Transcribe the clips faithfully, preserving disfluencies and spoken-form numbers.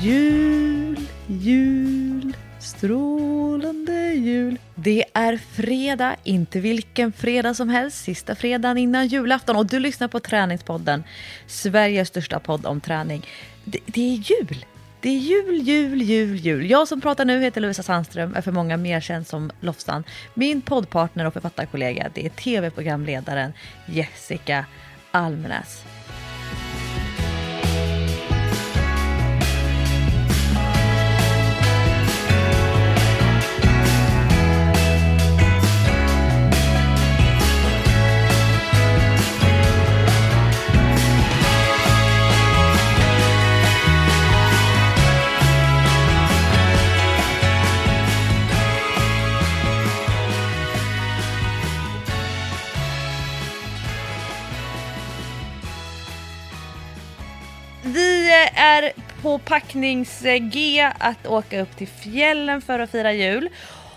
Jul, jul, strålande jul. Det är fredag, inte vilken fredag som helst, sista fredagen innan julafton. Och du lyssnar på Träningspodden, Sveriges största podd om träning. Det, det är jul. Det är jul, jul, jul, jul. Jag som pratar nu heter Lovisa Sandström, är för många mer känd som Lofsan. Min poddpartner och författarkollega, det är tv-programledaren Jessica Almenäs. Vi är på packnings-G att åka upp till fjällen för att fira jul.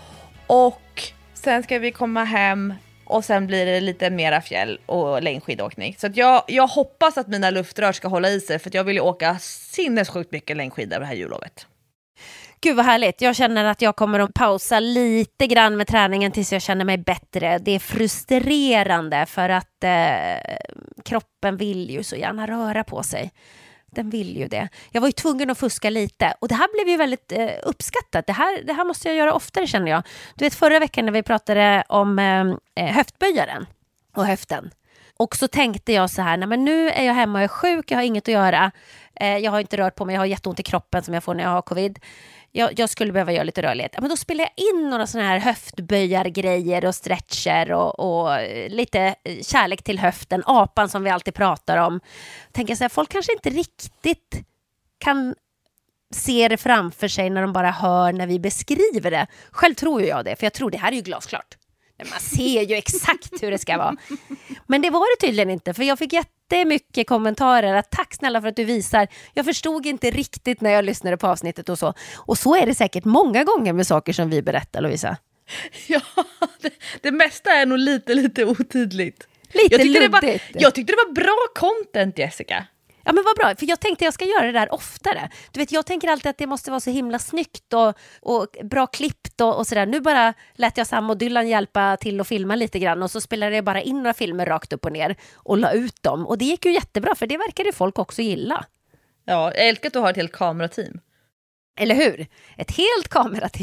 Och sen ska vi komma hem och sen blir det lite mera fjäll och längdskidåkning. Så att jag, jag hoppas att mina luftrör ska hålla i sig, för att jag vill ju åka sinnessjukt mycket längdskidor det här jullovet. Gud vad härligt. Jag känner att jag kommer att pausa lite grann med träningen tills jag känner mig bättre. Det är frustrerande för att eh, kroppen vill ju så gärna röra på sig. Den vill ju det. Jag var ju tvungen att fuska lite. Och det här blev ju väldigt eh, uppskattat. Det här, det här måste jag göra oftare, känner jag. Du vet, förra veckan när vi pratade om eh, höftböjaren och höften. Och så tänkte jag så här, nej men nu är jag hemma och är sjuk. Jag har inget att göra. Eh, jag har inte rört på mig. Jag har jätteont i kroppen som jag får när jag har covid. Jag, jag skulle behöva göra lite rörlighet. Men då spelar jag in några sådana här höftböjargrejer och stretcher och, och lite kärlek till höften. Apan som vi alltid pratar om. Tänker så här, folk kanske inte riktigt kan se det framför sig när de bara hör när vi beskriver det. Själv tror jag det, för jag tror det här är ju glasklart. Man ser ju exakt hur det ska vara. Men det var det tydligen inte, för jag fick jättemycket kommentarer att tack snälla för att du visar. Jag förstod inte riktigt när jag lyssnade på avsnittet och så. Och så är det säkert många gånger med saker som vi berättar, Lovisa. Ja, det, det mesta är nog lite, lite otydligt. Lite jag tyckte, det var, luddigt. jag tyckte det var bra content, Jessica. Ja, men vad bra, för jag tänkte jag ska göra det där oftare. Du vet, jag tänker alltid att det måste vara så himla snyggt och, och bra klippt och, och sådär. Nu bara lät jag Sam och Dylan hjälpa till att filma lite grann och så spelade jag bara in några filmer rakt upp och ner och la ut dem. Och det gick ju jättebra, för det verkade folk också gilla. Ja, jag älskar att du har ett helt kamerateam. Eller hur? Ett helt kamerateam.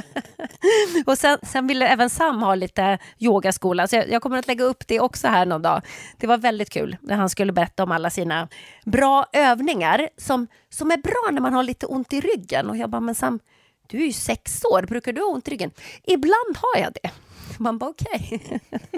Och sen, sen ville även Sam ha lite yogaskola. Så jag, jag kommer att lägga upp det också här någon dag. Det var väldigt kul när han skulle berätta om alla sina bra övningar som, som är bra när man har lite ont i ryggen. Och jag bara, men Sam, du är ju sex år. Brukar du ha ont i ryggen? Ibland har jag det. Man bara, okej. Okay.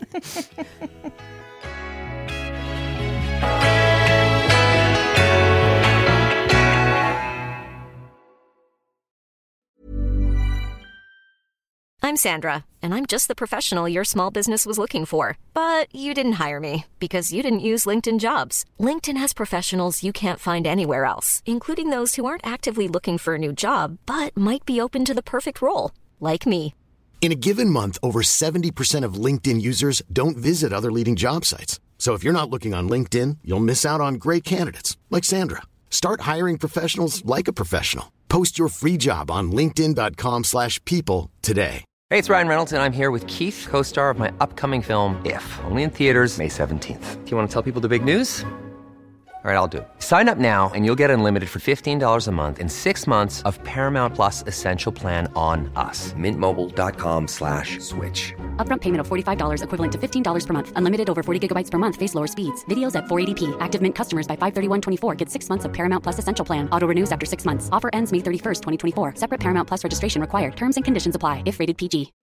I'm Sandra, and I'm just the professional your small business was looking for. But you didn't hire me because you didn't use LinkedIn Jobs. LinkedIn has professionals you can't find anywhere else, including those who aren't actively looking for a new job, but might be open to the perfect role, like me. In a given month, over seventy percent of LinkedIn users don't visit other leading job sites. So if you're not looking on LinkedIn, you'll miss out on great candidates, like Sandra. Start hiring professionals like a professional. Post your free job on linkedin dot com slash people today. Hey, it's Ryan Reynolds, and I'm here with Keith, co-star of my upcoming film, If, only in theaters May seventeenth. Do you want to tell people the big news? All right, I'll do it. Sign up now and you'll get unlimited for fifteen dollars a month and six months of Paramount Plus Essential Plan on us. Mint Mobile dot com slash switch. Upfront payment of forty-five dollars equivalent to fifteen dollars per month. Unlimited over forty gigabytes per month. Face lower speeds. Videos at four eighty p. Active Mint customers by five thirty-one twenty-four get six months of Paramount Plus Essential Plan. Auto renews after six months. Offer ends May thirty-first, twenty twenty-four. Separate Paramount Plus registration required. Terms and conditions apply if rated P G.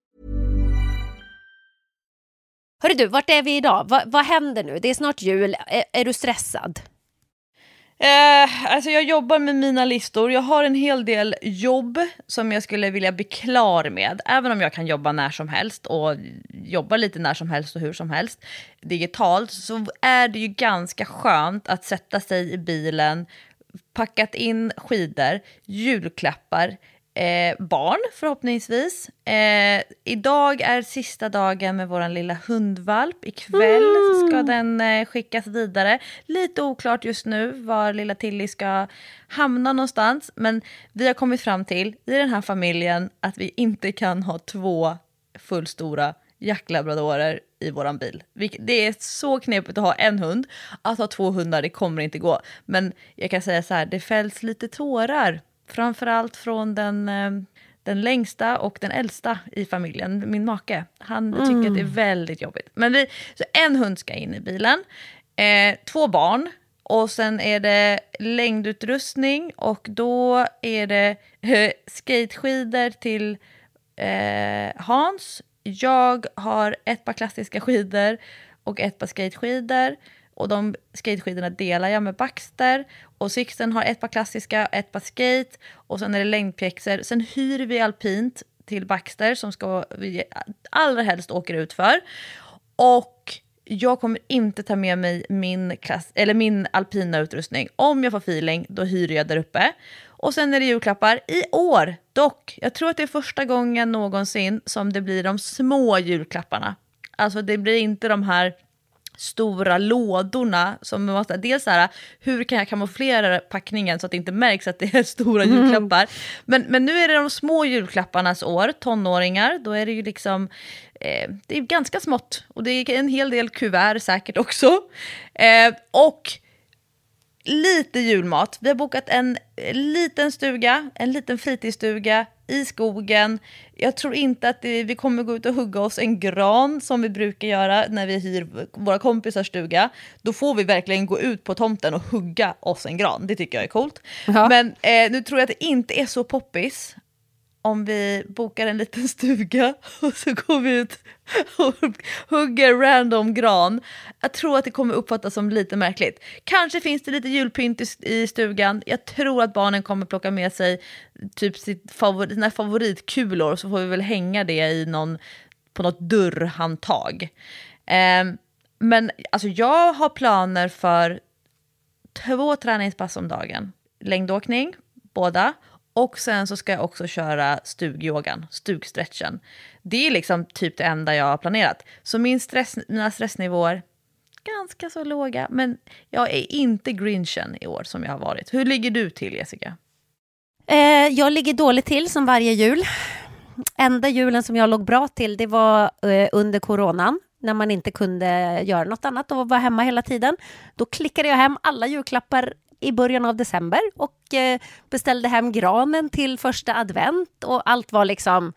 Hörru du, vart är vi idag? Va, vad händer nu? Det är snart jul. Är, är du stressad? Eh, alltså jag jobbar med mina listor. Jag har en hel del jobb som jag skulle vilja bli klar med. Även om jag kan jobba när som helst och jobba lite när som helst och hur som helst digitalt, så är det ju ganska skönt att sätta sig i bilen, packat in skidor, julklappar, eh, barn förhoppningsvis. Eh, idag är sista dagen med våran lilla hundvalp. Ikväll mm. ska den eh, skickas vidare. Lite oklart just nu var lilla Tilly ska hamna någonstans. Men vi har kommit fram till i den här familjen att vi inte kan ha två fullstora jacklabradorer i våran bil. Det är så knepigt att ha en hund. Att ha två hundar, det kommer inte gå. Men jag kan säga så här, det fälls lite tårar. Framförallt från den, den längsta och den äldsta i familjen. Min make. Han mm. tycker att det är väldigt jobbigt. Men vi, så en hund ska in i bilen. Eh, två barn. Och sen är det längdutrustning. Och då är det eh, skateskidor till eh, Hans. Jag har ett par klassiska skidor och ett par skateskidor. Och de skateskidorna delar jag med Baxter. Och Sixten har ett par klassiska, ett par skate. Och sen är det längdpjäxor. Sen hyr vi alpint till Baxter som ska vi allra helst åker ut för. Och jag kommer inte ta med mig min, klass, eller min alpina utrustning. Om jag får feeling, då hyr jag där uppe. Och sen är det julklappar i år. Dock, jag tror att det är första gången någonsin som det blir de små julklapparna. Alltså det blir inte de här stora lådorna som man måste, dels så här, hur kan jag kamouflera packningen så att det inte märks att det är stora mm. julklappar. Men, men nu är det de små julklapparnas år, tonåringar, då är det ju liksom eh, det är ganska smått och det är en hel del kuvert säkert också. Eh, och lite julmat. Vi har bokat en liten stuga, en liten fritidsstuga i skogen. Jag tror inte att det, vi kommer gå ut och hugga oss en gran som vi brukar göra när vi hyr våra kompisars stuga. Då får vi verkligen gå ut på tomten och hugga oss en gran. Det tycker jag är coolt. Ja. Men eh, nu tror jag att det inte är så poppis om vi bokar en liten stuga och så går vi ut och hugger random gran. Jag tror att det kommer uppfattas som lite märkligt. Kanske finns det lite julpynt i stugan. Jag tror att barnen kommer plocka med sig typ sitt favorit, sina favoritkulor, så får vi väl hänga det i någon, på något dörrhandtag. Um, men alltså jag har planer för två träningspass om dagen. Längdåkning, båda. Och sen så ska jag också köra stugyogan, stugstretchen. Det är liksom typ det enda jag har planerat. Så min stress, mina stressnivåer ganska så låga. Men jag är inte grinchen i år som jag har varit. Hur ligger du till, Jessica? Eh, jag ligger dåligt till som varje jul. Enda julen som jag låg bra till, det var eh, under coronan. När man inte kunde göra något annat och var hemma hela tiden. Då klickade jag hem alla julklappar i början av december och eh, beställde hem granen till första advent och allt var liksom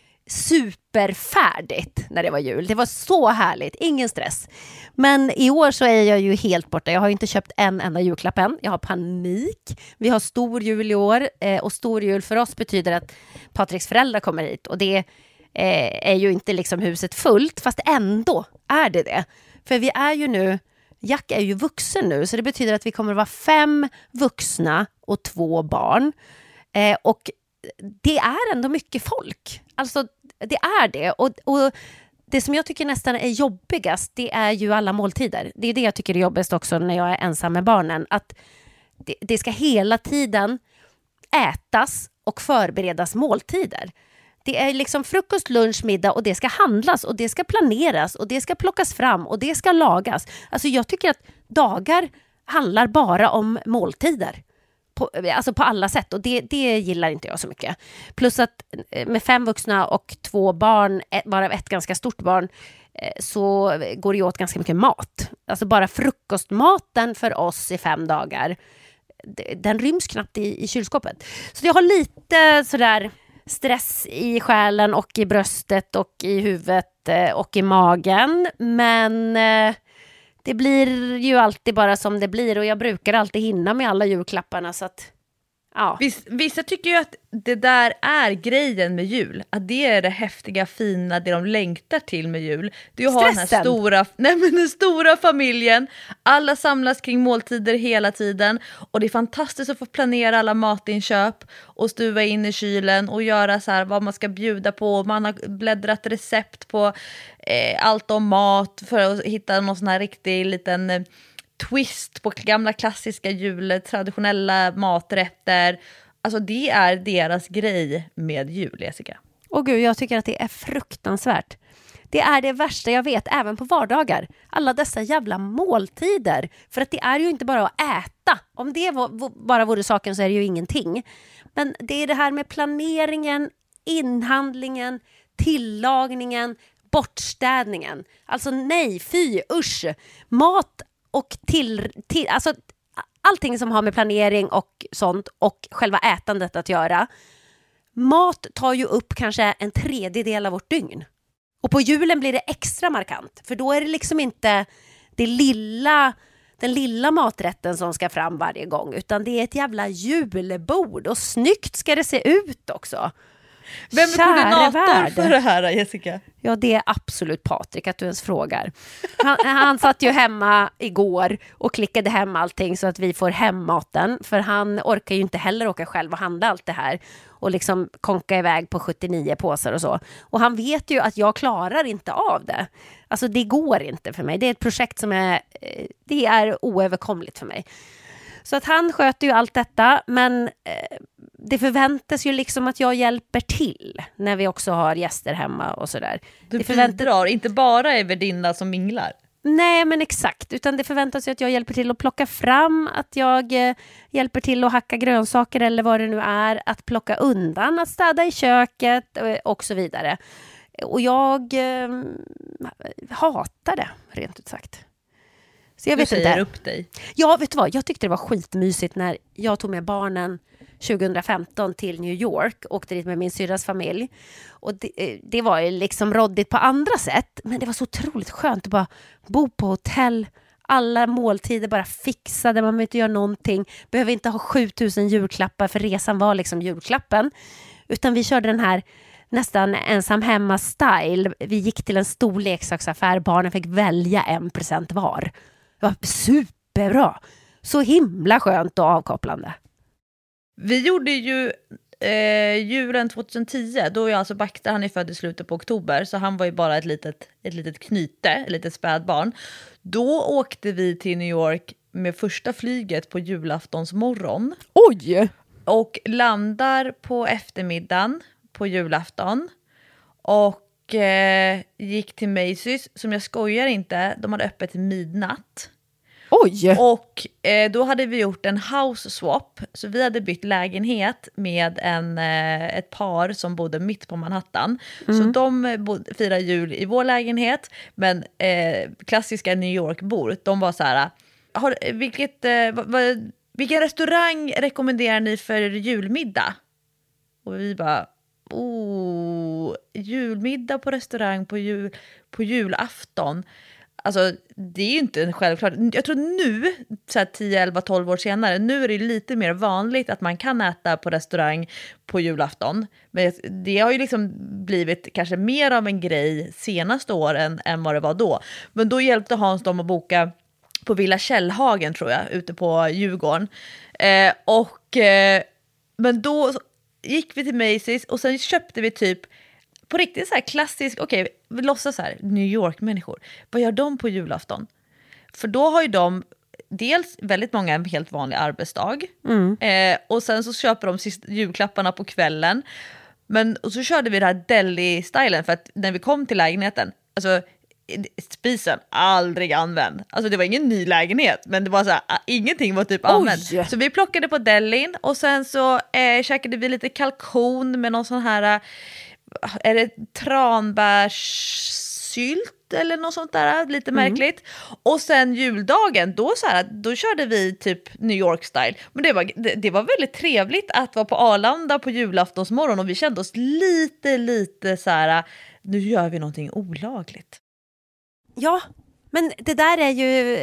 superfärdigt när det var jul. Det var så härligt, ingen stress. Men i år så är jag ju helt borta. Jag har ju inte köpt en enda julklapp än. Jag har panik. Vi har stor jul i år eh, och stor jul för oss betyder att Patriks föräldrar kommer hit och det eh, är ju inte liksom huset fullt, fast ändå är det det. För vi är ju nu Jack är ju vuxen nu, så det betyder att vi kommer att vara fem vuxna och två barn. Eh, och det är ändå mycket folk. Alltså, det är det. Och, och det som jag tycker nästan är jobbigast, det är ju alla måltider. Det är det jag tycker är jobbigast också när jag är ensam med barnen. Att det, det ska hela tiden ätas och förberedas måltider. Det är liksom frukost, lunch, middag och det ska handlas och det ska planeras och det ska plockas fram och det ska lagas. Alltså jag tycker att dagar handlar bara om måltider. På, alltså på alla sätt och det, det gillar inte jag så mycket. Plus att med fem vuxna och två barn, varav ett ganska stort barn, så går det åt ganska mycket mat. Alltså bara frukostmaten för oss i fem dagar, den ryms knappt i, i kylskåpet. Så jag har lite sådär stress i själen och i bröstet och i huvudet och i magen. Men det blir ju alltid bara som det blir och jag brukar alltid hinna med alla julklapparna så att ja. Vissa, vissa tycker ju att det där är grejen med jul. Att det är det häftiga, fina, det de längtar till med jul. Du har den här stora, nej men den stora familjen. Alla samlas kring måltider hela tiden. Och det är fantastiskt att få planera alla matinköp. Och stuva in i kylen och göra så här vad man ska bjuda på. Man har bläddrat recept på eh, allt om mat. För att hitta någon sån här riktig liten Eh, twist på gamla klassiska jul, traditionella maträtter. Alltså det är deras grej med jul, Jessica. Och gud, jag tycker att det är fruktansvärt. Det är det värsta jag vet, även på vardagar. Alla dessa jävla måltider. För att det är ju inte bara att äta. Om det var, bara vore saken så är det ju ingenting. Men det är det här med planeringen, inhandlingen, tillagningen, bortstädningen. Alltså nej, fy, usch. Mat och till, till alltså allting som har med planering och sånt och själva ätandet att göra. Mat tar ju upp kanske en tredjedel av vårt dygn. Och på julen blir det extra markant. För då är det liksom inte det lilla, den lilla maträtten som ska fram varje gång. Utan det är ett jävla julbord. Och snyggt ska det se ut också. Vem är koordinator för det här, Jessica? Ja, det är absolut Patrik, att du ens frågar. Han, han satt ju hemma igår och klickade hem allting så att vi får hem maten. För han orkar ju inte heller åka själv och handla allt det här. Och liksom konka iväg på sjuttionio påsar och så. Och han vet ju att jag klarar inte av det. Alltså det går inte för mig. Det är ett projekt som är, det är oöverkomligt för mig. Så att han sköter ju allt detta, men eh, det förväntas ju liksom att jag hjälper till när vi också har gäster hemma och sådär. Du det förväntas... bidrar, inte bara är värdinna som minglar. Nej, men exakt. Utan det förväntas ju att jag hjälper till att plocka fram, att jag eh, hjälper till att hacka grönsaker eller vad det nu är, att plocka undan, att städa i köket eh, och så vidare. Och jag eh, hatar det, rent ut sagt. Så jag du vet säger inte. upp dig. Ja, vet du vad? Jag tyckte det var skitmysigt när jag tog med barnen tjugohundrafemton till New York. Åkte dit med min syrras familj. Och det, det var ju liksom råddigt på andra sätt. Men det var så otroligt skönt att bara bo på hotell. Alla måltider bara fixade. Man behöver inte göra någonting. Behöver inte ha sjutusen julklappar. För resan var liksom julklappen. Utan vi körde den här nästan ensam hemma-style. Vi gick till en stor leksaksaffär. Barnen fick välja en present var. Det var superbra. Så himla skönt och avkopplande. Vi gjorde ju eh, julen tjugohundratio. Då är alltså Bakta, han är född i slutet på oktober. Så han var ju bara ett litet, ett litet knyte, ett litet spädbarn. Då åkte vi till New York med första flyget på julaftons morgon. Oj! Och landar på eftermiddagen på julafton. Och eh, gick till Macy's, som jag skojar inte, de hade öppet till midnatt. Oj! Och eh, då hade vi gjort en house swap. Så vi hade bytt lägenhet med en, eh, ett par som bodde mitt på Manhattan. Mm. Så de bod, firar jul i vår lägenhet. Men eh, klassiska New York-bor, de var så här, har, vilket, eh, va, va, vilken restaurang rekommenderar ni för julmiddag? Och vi bara, oh, julmiddag på restaurang på, jul, på julafton. Alltså det är ju inte en självklart. Jag tror nu, så här tio, elva, tolv år senare, nu är det lite mer vanligt att man kan äta på restaurang på julafton. Men det har ju liksom blivit kanske mer av en grej senaste åren än vad det var då. Men då hjälpte Hans dem att boka på Villa Källhagen, tror jag, ute på Djurgården. Eh, och, eh, men då gick vi till Macy's och sen köpte vi typ på riktigt så här klassisk, okej, okay, vi låtsas så här, New York-människor. Vad gör de på julafton? För då har ju de dels väldigt många en helt vanlig arbetsdag. Mm. Eh, och sen så köper de sista julklapparna på kvällen. Men, och så körde vi det här deli-stylen, för att när vi kom till lägenheten, alltså spisen aldrig använd. Alltså det var ingen ny lägenhet, men det var så här, ingenting var typ använt. Så vi plockade på delin och sen så eh, käkade vi lite kalkon med någon sån här, är det tranbärssylt eller något sånt där, lite mm. märkligt. Och sen juldagen, då så här, då körde vi typ New York style. Men det var, det, det var väldigt trevligt att vara på Arlanda på julaftonsmorgon, och vi kände oss lite lite så här, nu gör vi någonting olagligt. Ja, men det där är ju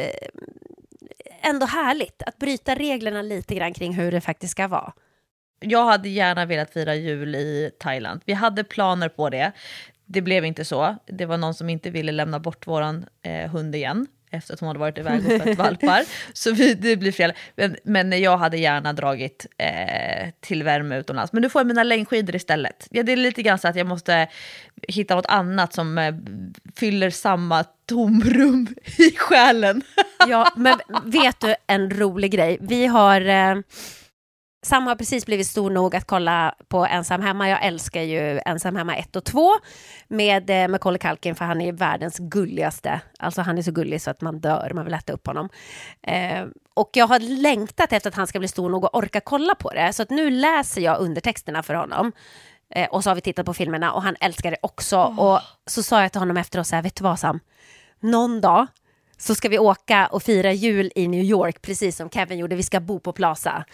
ändå härligt att bryta reglerna lite grann kring hur det faktiskt ska vara. Jag hade gärna velat fira jul i Thailand. Vi hade planer på det. Det blev inte så. Det var någon som inte ville lämna bort våran eh, hund igen efter att hon hade varit iväg och fött valpar. Så vi, det blir fel. Men, men jag hade gärna dragit eh, till värme utomlands. Men nu får jag mina längdskidor istället. Ja, det är lite grann så att jag måste hitta något annat som eh, fyller samma tomrum i själen. Ja, men vet du en rolig grej? Vi har... Eh... Sam har precis blivit stor nog att kolla på Ensam hemma. Jag älskar ju Ensam hemma ett och två med eh, Macaulay Culkin, för han är världens gulligaste. Alltså han är så gullig så att man dör, man vill äta upp honom. Eh, och jag har längtat efter att han ska bli stor nog och orka kolla på det. Så att nu läser jag undertexterna för honom. Eh, och så har vi tittat på filmerna och han älskar det också. Oh. Och så sa jag till honom efteråt så här, vet du vad Sam? Någon dag så ska vi åka och fira jul i New York, precis som Kevin gjorde. Vi ska bo på Plaza.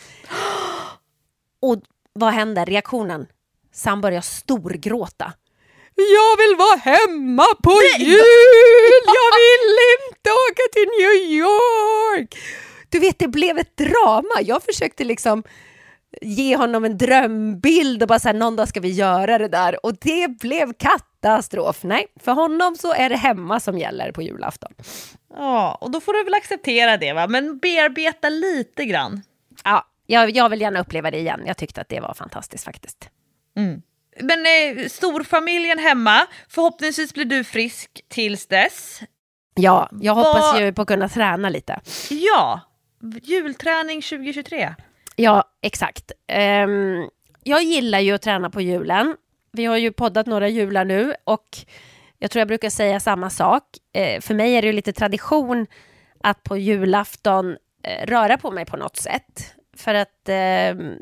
Och vad händer? Reaktionen? Sam börjar storgråta. Jag vill vara hemma på Nej. jul! Jag vill inte åka till New York! Du vet, det blev ett drama. Jag försökte liksom ge honom en drömbild och bara säga, någon dag ska vi göra det där. Och det blev katastrof. Nej, för honom så är det hemma som gäller på julafton. Ja, och då får du väl acceptera det, va? Men bearbeta lite grann. Ja, jag, jag vill gärna uppleva det igen. Jag tyckte att det var fantastiskt faktiskt. Mm. Men eh, storfamiljen hemma, förhoppningsvis blir du frisk tills dess. Ja, jag hoppas Var... ju på att kunna träna lite. Ja, julträning tjugo tjugotre. Ja, exakt. Um, jag gillar ju att träna på julen. Vi har ju poddat några jular nu och jag tror jag brukar säga samma sak. Uh, för mig är det ju lite tradition att på julafton uh, röra på mig på något sätt. För att uh,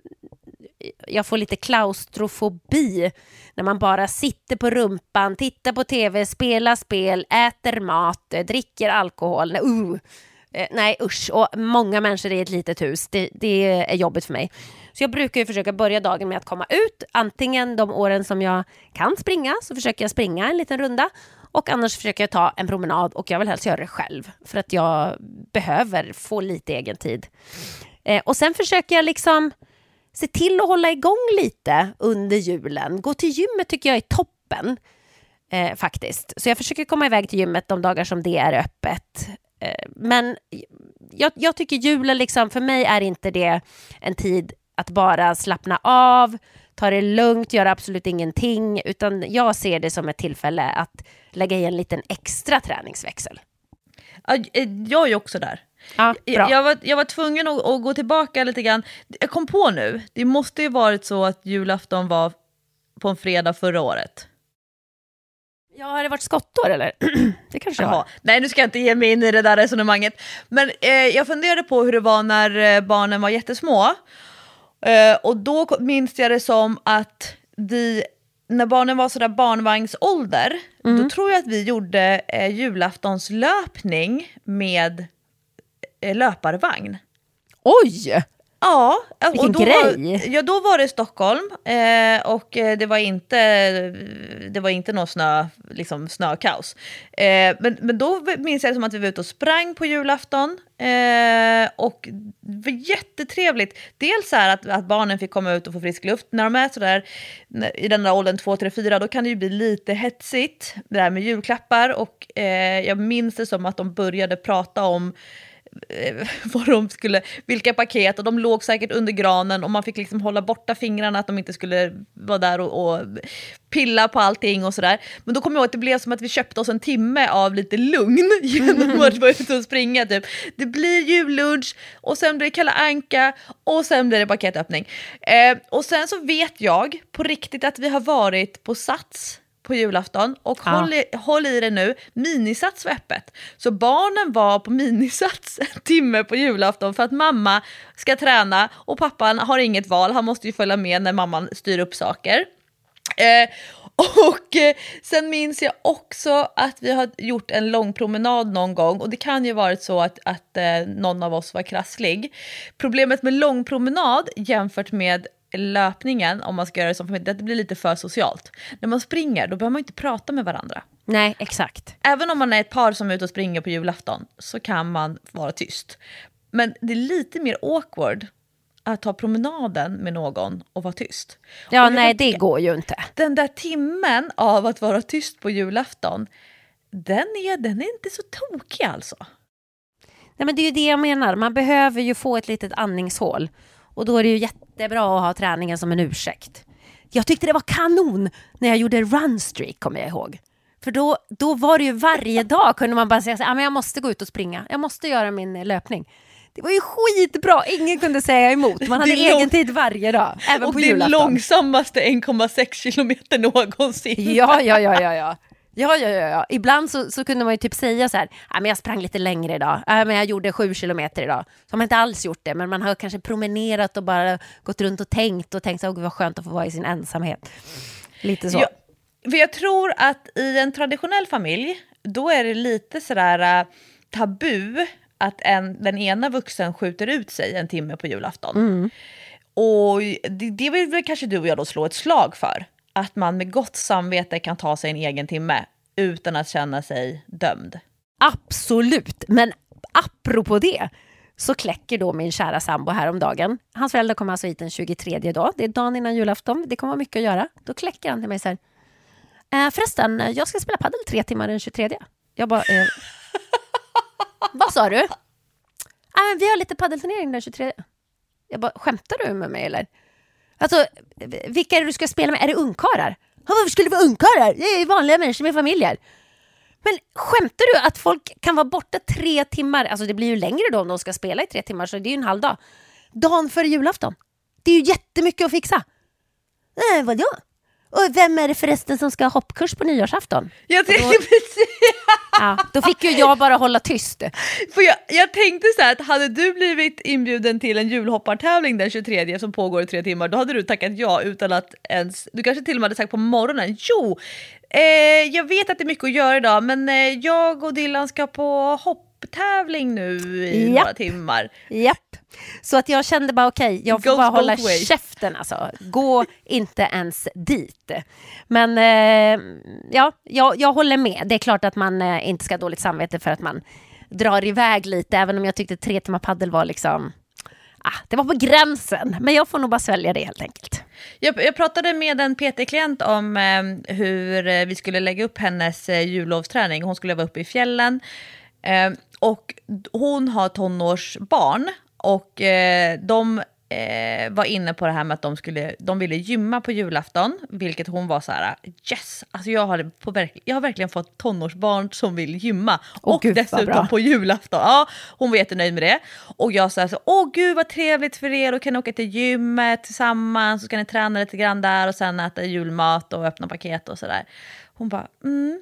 jag får lite klaustrofobi när man bara sitter på rumpan, tittar på tv, spelar spel, äter mat, uh, dricker alkohol. Uh. Eh, nej usch, och många människor i ett litet hus, det, det är jobbigt för mig. Så jag brukar ju försöka börja dagen med att komma ut. Antingen de åren som jag kan springa så försöker jag springa en liten runda. Och annars försöker jag ta en promenad, och jag vill helst göra det själv. För att jag behöver få lite egen tid. Eh, och sen försöker jag liksom se till att hålla igång lite under julen. Gå till gymmet tycker jag är toppen. Eh, faktiskt. Så jag försöker komma iväg till gymmet de dagar som det är öppet. Men jag, jag tycker julen liksom, för mig är inte det en tid att bara slappna av, ta det lugnt, göra absolut ingenting, utan jag ser det som ett tillfälle att lägga i en liten extra träningsväxel. Jag är ju också där. Ja, bra. Jag, var, jag var tvungen att, att gå tillbaka lite grann. Jag kom på nu, det måste ju varit så att julafton var på en fredag förra året. Ja, har det varit skottår eller? Det kanske Jaha. Nej, nu ska jag inte ge mig in i det där resonemanget. Men eh, jag funderade på hur det var när eh, barnen var jättesmå. Eh, och då minns jag det som att vi, när barnen var sådär barnvagnsålder, mm. då tror jag att vi gjorde eh, julaftonslöpning med eh, löparvagn. Oj! Ja, vilken och då, grej. Ja, då var det Stockholm eh, och det var inte det var inte någon snö, liksom snökaos. Eh, men, men då minns jag det som att vi var ute och sprang på julafton eh, och det var jättetrevligt. Dels så här att, att barnen fick komma ut och få frisk luft. När de är så där i den där åldern två, tre, fyra, då kan det ju bli lite hetsigt det där med julklappar, och eh, jag minns det som att de började prata om vad de skulle, vilka paket, och de låg säkert under granen och man fick liksom hålla borta fingrarna att de inte skulle vara där och, och pilla på allting och sådär. Men då kom jag ihåg att det blev som att vi köpte oss en timme av lite lugn genom att vara ute och springa typ. Det blir jullunch och sen blir det Kalle Anka och sen blir det paketöppning. Eh, och sen så vet jag på riktigt att vi har varit på Sats på julafton, och ja. håll, i, håll i det nu, Minisats var öppet. Så barnen var på Minisats en timme på julafton för att mamma ska träna och pappan har inget val, han måste ju följa med när mamman styr upp saker. Eh, och eh, sen minns jag också att vi har gjort en lång promenad någon gång, och det kan ju varit så att, att eh, någon av oss var krasslig. Problemet med lång promenad jämfört med löpningen, om man ska göra det som familj, det blir lite för socialt. När man springer, då behöver man inte prata med varandra. Nej, exakt. Även om man är ett par som är ute och springer på julafton så kan man vara tyst. Men det är lite mer awkward att ta promenaden med någon och vara tyst. Ja, och nej, det går ju inte. Den där timmen av att vara tyst på julafton, den är, den är inte så tokig alltså. Nej, men det är ju det jag menar. Man behöver ju få ett litet andningshål. Och då är det ju jättebra att ha träningen som en ursäkt. Jag tyckte det var kanon när jag gjorde runstreak, kommer jag ihåg. För då, då var det ju varje dag kunde man bara säga så här, ah, men jag måste gå ut och springa. Jag måste göra min löpning. Det var ju skitbra, ingen kunde säga emot. Man hade egen lång... tid varje dag, även och på det julafton. långsammaste en komma sex kilometer någonsin. Ja, ja, ja, ja, ja. Ja, ja, ja, ja. Ibland så, så kunde man ju typ säga så här, ja, men jag sprang lite längre idag. Ja, men jag gjorde sju kilometer idag. Så har man inte alls gjort det, men man har kanske promenerat och bara gått runt och tänkt och tänkt, åh gud vad skönt att få vara i sin ensamhet. Lite så. Ja, för jag tror att i en traditionell familj, då är det lite sådär uh, tabu att en, den ena vuxen skjuter ut sig en timme på julafton. Mm. Och det, det vill väl kanske du och jag då slå ett slag för. Att man med gott samvete kan ta sig en egen timme utan att känna sig dömd. Absolut, men apropå det så kläcker då min kära sambo här om dagen. Hans föräldrar kommer alltså hit den tjugotredje dag. Det är dagen innan julafton. Det kommer vara mycket att göra. Då kläcker han till mig så här. Eh, förresten, jag ska spela paddel tre timmar den tjugotredje. Jag bara, eh, vad sa du? Eh, vi har lite paddelturnering den tjugotredje. Jag bara, skämtar du med mig eller? Alltså, vilka är det du ska spela med? Är det ungkarlar? Ja, varför skulle det vara ungkarlar? Det är vanliga människor med familjer. Men skämtar du att folk kan vara borta tre timmar? Alltså det blir ju längre då om de ska spela i tre timmar, så det är ju en halv dag. Dagen före julafton. Det är ju jättemycket att fixa. Nej, vadå? Och vem är det förresten som ska ha hoppkurs på nyårsafton? Jag tänkte då, precis. Ja, då fick ju jag bara hålla tyst. För jag, jag tänkte så här att hade du blivit inbjuden till en julhoppartävling den tjugotredje som pågår i tre timmar, då hade du tackat ja utan att ens, du kanske till och med hade sagt på morgonen, jo, eh, jag vet att det är mycket att göra idag, men eh, jag och Dylan ska på hopptävling nu i Japp. några timmar. Japp. Så att jag kände bara okej, okay, jag får Goes bara hålla way. käften alltså. Gå inte ens dit. Men eh, ja, jag, jag håller med. Det är klart att man eh, inte ska ha dåligt samvete för att man drar iväg lite, även om jag tyckte tre timmar paddel var liksom, ah, det var på gränsen. Men jag får nog bara svälja det helt enkelt. Jag, jag pratade med en P T-klient om eh, hur vi skulle lägga upp hennes eh, jullovsträning. Hon skulle vara uppe i fjällen. Eh, och hon har tonårsbarn. Och eh, de eh, var inne på det här med att de, skulle, de ville gymma på julafton. Vilket hon var så här, yes, alltså jag, har på verk- jag har verkligen fått tonårsbarn som vill gymma. Åh, och Gud, dessutom på julafton. Ja, hon var jättenöjd med det. Och jag sa så, åh gud vad trevligt för er. Och kan åka till gymmet tillsammans. Så ska ni träna lite grann där. Och sen äta julmat och öppna paket och sådär. Hon bara, mm.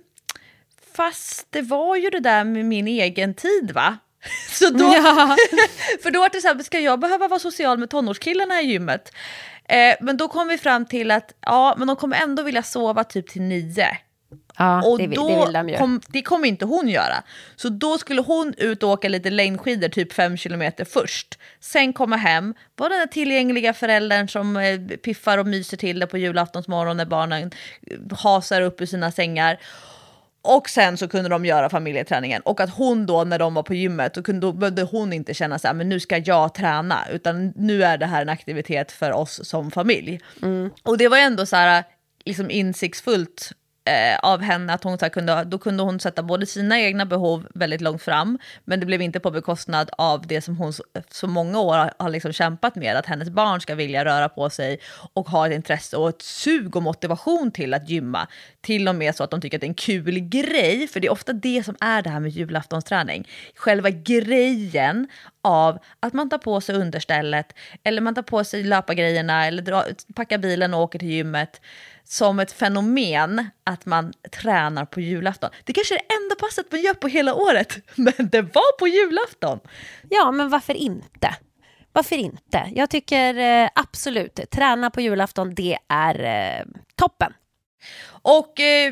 Fast det var ju det där med min egen tid, va? Så då, ja. För då var det så här, ska jag behöva vara social med tonårskillarna i gymmet? Eh, men då kom vi fram till att ja, men de kommer ändå vilja sova typ till nio. Ja, och det, då det vill de ju. Kom, det kommer inte hon göra. Så då skulle hon ut och åka lite längdskidor, typ fem kilometer först. Sen komma hem, var den där tillgängliga föräldern som eh, piffar och myser till det på julaftonsmorgon när barnen hasar upp ur sina sängar. Och sen så kunde de göra familjeträningen. Och att hon då, när de var på gymmet, då, kunde, då behövde hon inte känna så här, men nu ska jag träna. Utan nu är det här en aktivitet för oss som familj. Mm. Och det var ändå så här, liksom insiktsfullt eh, av henne att hon så här, kunde, då kunde hon sätta både sina egna behov väldigt långt fram. Men det blev inte på bekostnad av det som hon så, så många år har, har liksom kämpat med. Att hennes barn ska vilja röra på sig och ha ett intresse och ett sug och motivation till att gymma. Till och med så att de tycker att det är en kul grej. För det är ofta det som är det här med julaftonsträning. Själva grejen av att man tar på sig understället. Eller man tar på sig löpargrejerna. Eller dra, packar bilen och åker till gymmet. Som ett fenomen att man tränar på julafton. Det kanske är det enda passet man gör på hela året. Men det var på julafton. Ja, men varför inte? Varför inte? Jag tycker eh, absolut, träna på julafton, det är eh, toppen. Och eh,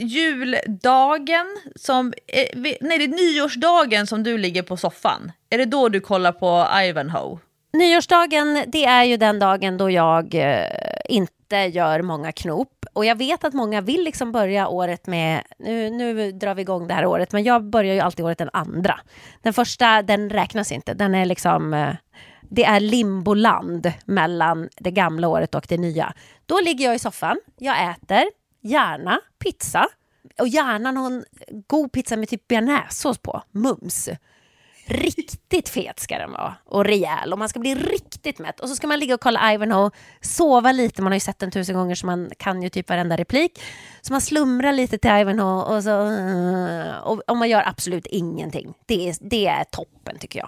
juldagen som eh, nej, det är nyårsdagen som du ligger på soffan. Är det då du kollar på Ivanhoe? Nyårsdagen, det är ju den dagen då jag eh, inte gör många knop. Och jag vet att många vill liksom börja året med, nu, nu drar vi igång det här året, men jag börjar ju alltid året den andra. Den första, den räknas inte. Den är liksom, eh, det är limboland mellan det gamla året och det nya. Då ligger jag i soffan, jag äter gärna pizza. Och gärna någon god pizza med typ bearnaisesås på, mums. Riktigt fet ska den vara. Och rejäl. Och man ska bli riktigt mätt. Och så ska man ligga och kolla Ivanhoe. Sova lite. Man har ju sett den tusen gånger. Så man kan ju typ varenda replik. Så man slumrar lite till Ivanhoe. Och, så, och, och man gör absolut ingenting. Det är, det är toppen tycker jag.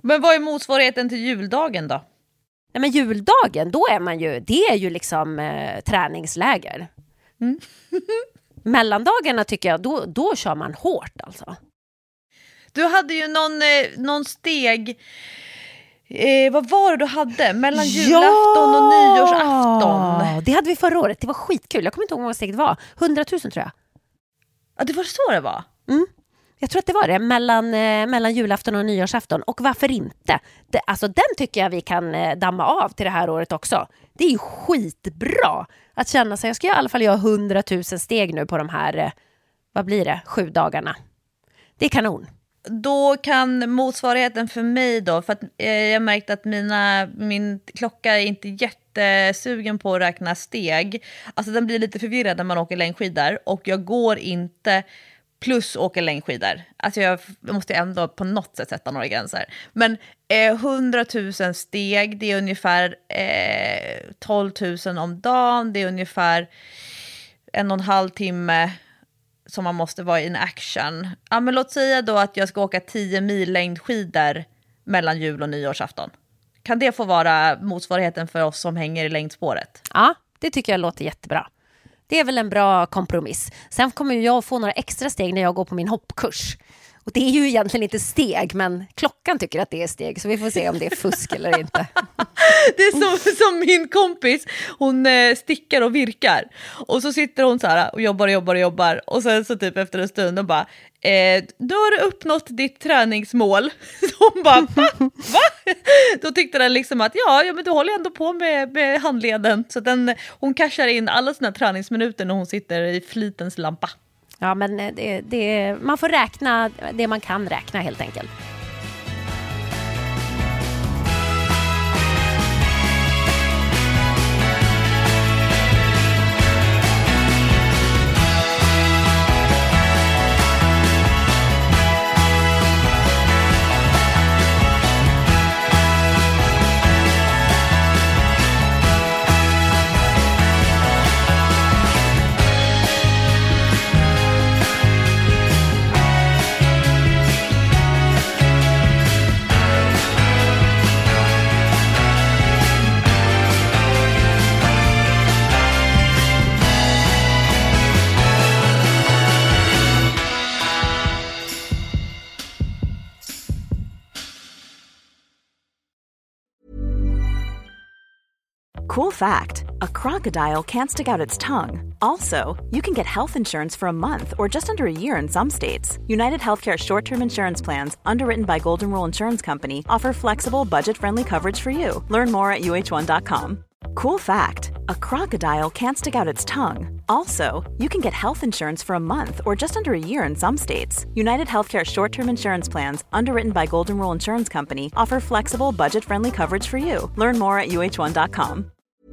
Men vad är motsvarigheten till juldagen då? Nej, men juldagen, då är man ju, det är ju liksom eh, träningsläger. Mm. Mellandagarna tycker jag, då, då kör man hårt alltså. Du hade ju någon, eh, någon steg, eh, vad var det du hade? Mellan julafton och nyårsafton. Det hade vi förra året, det var skitkul. Jag kommer inte ihåg vad steget var, hundratusen tror jag. Ja, det var så det var? Mm. Jag tror att det var det, mellan, eh, mellan julafton och nyårsafton. Och varför inte? Det, alltså den tycker jag vi kan eh, damma av till det här året också. Det är ju skitbra att känna sig. Jag ska i alla fall göra hundratusen steg nu på de här, eh, vad blir det, sju dagarna. Det är kanon. Då kan motsvarigheten för mig då, för att eh, jag märkte att mina, min klocka är inte jättesugen på att räkna steg. Alltså den blir lite förvirrad när man åker längdskidor och jag går inte plus åker längdskidor. Alltså jag måste ändå på något sätt sätta några gränser. Men eh, hundratusen steg, det är ungefär eh, tolv tusen om dagen. Det är ungefär en och en halv timme som man måste vara in action. Ja, men låt säga då att jag ska åka tio mil längdskidor mellan jul och nyårsafton. Kan det få vara motsvarigheten för oss som hänger i längdspåret? Ja, det tycker jag låter jättebra. Det är väl en bra kompromiss. Sen kommer jag få några extra steg när jag går på min hoppkurs. Och det är ju egentligen inte steg, men klockan tycker att det är steg. Så vi får se om det är fusk eller inte. Det är som, som min kompis, hon eh, stickar och virkar. Och så sitter hon så här och jobbar och jobbar och jobbar. Och sen så typ efter en stund och bara, eh, då har du uppnått ditt träningsmål. Så hon bara, va? Va? Då tyckte den liksom att ja, ja men du håller ändå på med, med handleden. Så den, hon cashar in alla sina träningsminuter när hon sitter i flitens lampa. Ja, men det, det, man får räkna det man kan räkna helt enkelt. Cool fact, a crocodile can't stick out its tongue. Also, you can get health insurance for a month or just under a year in some states. United Healthcare short-term insurance plans, underwritten by Golden Rule Insurance Company, offer flexible, budget-friendly coverage for you. Learn more at U H one dot com. Cool fact, a crocodile can't stick out its tongue. Also, you can get health insurance for a month or just under a year in some states. United Healthcare short-term insurance plans, underwritten by Golden Rule Insurance Company, offer flexible, budget-friendly coverage for you. Learn more at U H one dot com.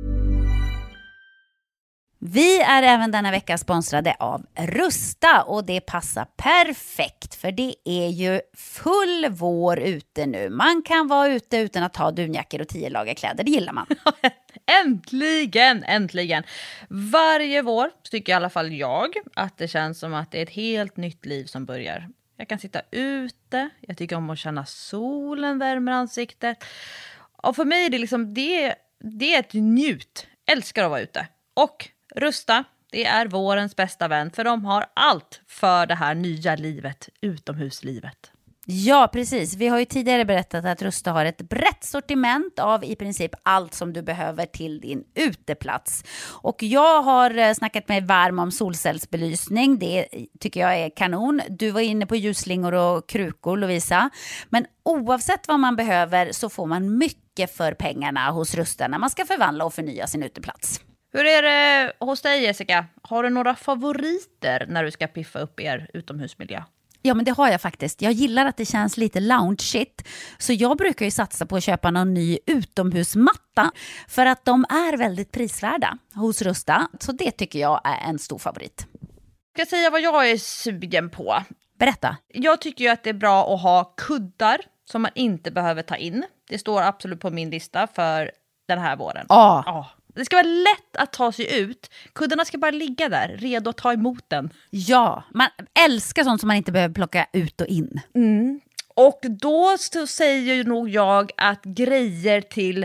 Vi är även denna vecka sponsrade av Rusta och det passar perfekt för det är ju full vår ute nu. Man kan vara ute utan att ha dunjackor och tio lager kläder, det gillar man. Äntligen, äntligen. Varje vår tycker i alla fall jag att det känns som att det är ett helt nytt liv som börjar. Jag kan sitta ute, jag tycker om att känna solen värmer ansiktet. Och för mig är det liksom, det, det är ett njut. Älskar att vara ute. Och Rusta, det är vårens bästa vän för de har allt för det här nya livet, utomhuslivet. Ja, precis. Vi har ju tidigare berättat att Rusta har ett brett sortiment av i princip allt som du behöver till din uteplats. Och jag har snackat mig varm om solcellsbelysning. Det tycker jag är kanon. Du var inne på ljusslingor och krukor, Lovisa. Men oavsett vad man behöver så får man mycket för pengarna hos Rusta när man ska förvandla och förnya sin uteplats. Hur är det hos dig, Jessica? Har du några favoriter när du ska piffa upp er utomhusmiljö? Ja, men det har jag faktiskt. Jag gillar att det känns lite lounge-shit. Så jag brukar ju satsa på att köpa någon ny utomhusmatta. För att de är väldigt prisvärda hos Rusta. Så det tycker jag är en stor favorit. Jag ska säga vad jag är sugen på. Berätta. Jag tycker ju att det är bra att ha kuddar som man inte behöver ta in. Det står absolut på min lista för den här våren. Ja. Ja. Det ska vara lätt att ta sig ut. Kuddarna ska bara ligga där, redo att ta emot den. Ja, man älskar sånt som man inte behöver plocka ut och in. Mm. Och då så säger nog jag att grejer till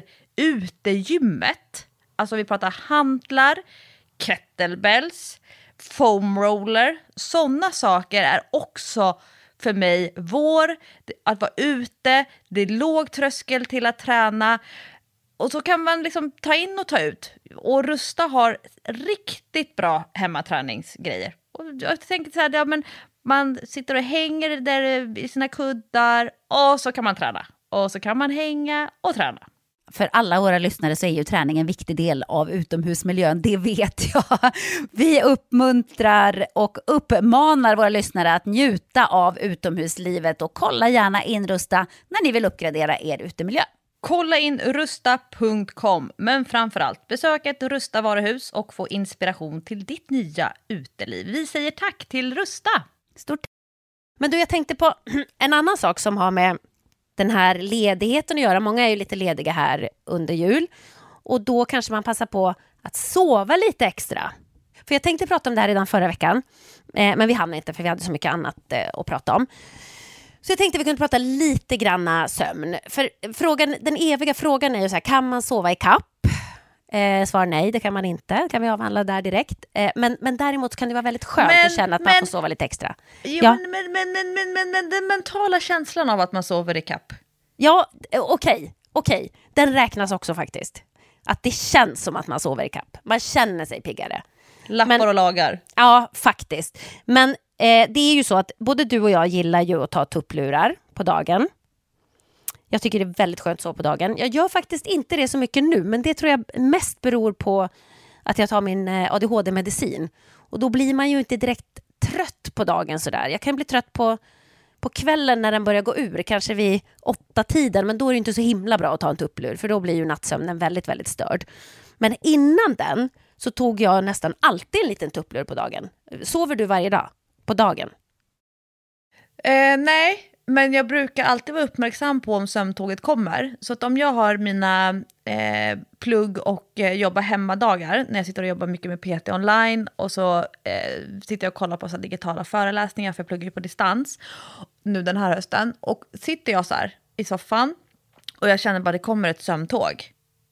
utegymmet, alltså vi pratar hantlar, kettlebells, foam roller, sådana saker är också för mig vår, att vara ute, det är låg tröskel till att träna och så kan man liksom ta in och ta ut. Och Rusta har riktigt bra hemmaträningsgrejer. Och jag tänker så här, ja, men man sitter och hänger där i sina kuddar och så kan man träna. Och så kan man hänga och träna. För alla våra lyssnare så är ju träning en viktig del av utomhusmiljön, det vet jag. Vi uppmuntrar och uppmanar våra lyssnare att njuta av utomhuslivet och kolla gärna in Rusta när ni vill uppgradera er utemiljö. Kolla in rusta punkt com, men framförallt besök ett Rusta varuhus och få inspiration till ditt nya uteliv. Vi säger tack till Rusta. Stort. Men du, jag tänkte på en annan sak som har med den här ledigheten att göra. Många är ju lite lediga här under jul. Och då kanske man passar på att sova lite extra. För jag tänkte prata om det här redan förra veckan. Eh, men vi hann inte för vi hade så mycket annat eh, att prata om. Så jag tänkte vi kunde prata lite granna sömn. För frågan, den eviga frågan är ju så här, kan man sova i kapp? Eh, svar nej, det kan man inte. Det kan vi avhandla där direkt. Eh, men, men däremot kan det vara väldigt skönt men, att känna att men, man får sova lite extra. Jo, ja. men, men, men, men, men, men, men den mentala känslan av att man sover i kapp. Ja, okej. Okay, okej. Okay. Den räknas också faktiskt. Att det känns som att man sover i kapp. Man känner sig piggare. Lappar men, och lagar. Ja, faktiskt. Men eh, det är ju så att både du och jag gillar ju att ta tupplurar på dagen. Jag tycker det är väldigt skönt att sova på dagen. Jag gör faktiskt inte det så mycket nu, men det tror jag mest beror på att jag tar min A D H D-medicin. Och då blir man ju inte direkt trött på dagen sådär. Jag kan bli trött på, på kvällen när den börjar gå ur, kanske vid åtta tiden, men då är det inte så himla bra att ta en tupplur, för då blir ju nattsömnen väldigt, väldigt störd. Men innan den så tog jag nästan alltid en liten tupplur på dagen. Sover du varje dag på dagen? Eh, nej, men jag brukar alltid vara uppmärksam på om sömntåget kommer. Så att om jag har mina eh, plugg och eh, jobba hemmadagar, när jag sitter och jobbar mycket med P T online och så eh, sitter jag och kollar på så digitala föreläsningar, för jag pluggar på distans nu den här hösten. Och sitter jag så här i soffan och jag känner bara att det kommer ett sömntåg.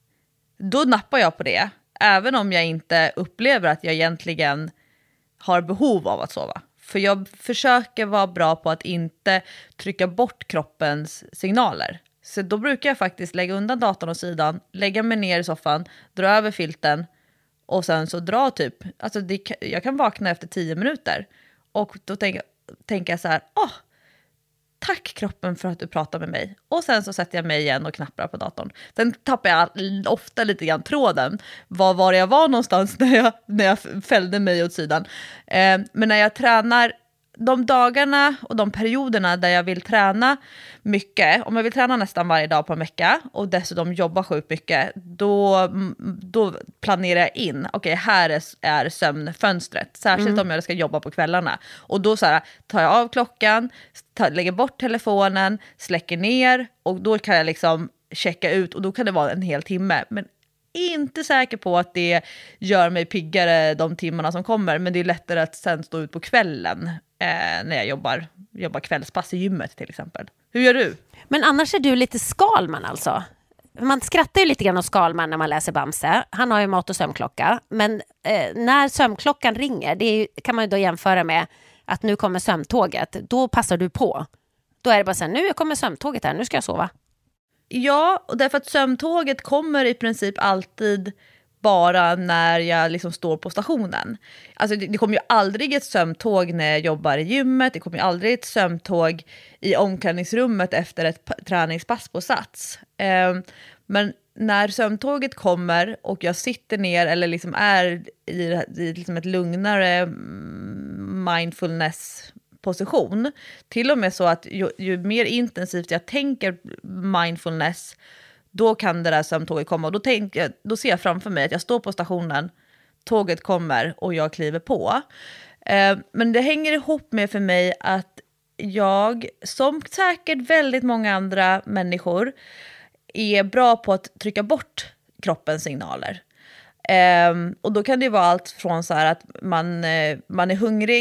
Då nappar jag på det, även om jag inte upplever att jag egentligen har behov av att sova. För jag försöker vara bra på att inte trycka bort kroppens signaler. Så då brukar jag faktiskt lägga undan datorn åt sidan, lägga mig ner i soffan, dra över filten och sen så dra typ, alltså det, jag kan vakna efter tio minuter. Och då tänker, tänker jag så här, åh, tack kroppen för att du pratar med mig. Och sen så sätter jag mig igen och knappar på datorn. Sen tappar jag ofta lite grann tråden. Var var jag var någonstans när jag, när jag fällde mig åt sidan. Eh, men när jag tränar, de dagarna och de perioderna där jag vill träna mycket, om jag vill träna nästan varje dag på en vecka och dessutom jobba sjukt mycket, då, då planerar jag in, okej, okay, här är, är sömnfönstret, särskilt mm. om jag ska jobba på kvällarna. Och då så här, tar jag av klockan, tar, lägger bort telefonen, släcker ner och då kan jag liksom checka ut och då kan det vara en hel timme. Men inte säker på att det gör mig piggare de timmarna som kommer, men det är lättare att sen stå ut på kvällen eh, när jag jobbar, jobbar kvällspass i gymmet till exempel. Hur gör du? Men annars är du lite Skalman alltså. Man skrattar ju lite grann åt Skalman när man läser Bamse. Han har ju mat- och sömnklocka. Men eh, när sömnklockan ringer, det är ju, kan man ju då jämföra med att nu kommer sömntåget. Då passar du på. Då är det bara så här, nu kommer sömntåget här, nu ska jag sova. Ja, och därför att sömntåget kommer i princip alltid bara när jag liksom står på stationen. Alltså det, det kommer ju aldrig ett sömntåg när jag jobbar i gymmet. Det kommer ju aldrig ett sömntåg i omklädningsrummet efter ett p- träningspass på Sats. Eh, men när sömntåget kommer och jag sitter ner eller liksom är i, i liksom ett lugnare mindfulness position, till och med så att ju, ju mer intensivt jag tänker mindfulness, då kan det där sömntåget komma. Och då, tänker, då ser jag framför mig att jag står på stationen, tåget kommer och jag kliver på. Eh, men det hänger ihop med för mig att jag, som säkert väldigt många andra människor, är bra på att trycka bort kroppens signaler. Eh, och då kan det vara allt från så här att man, eh, man är hungrig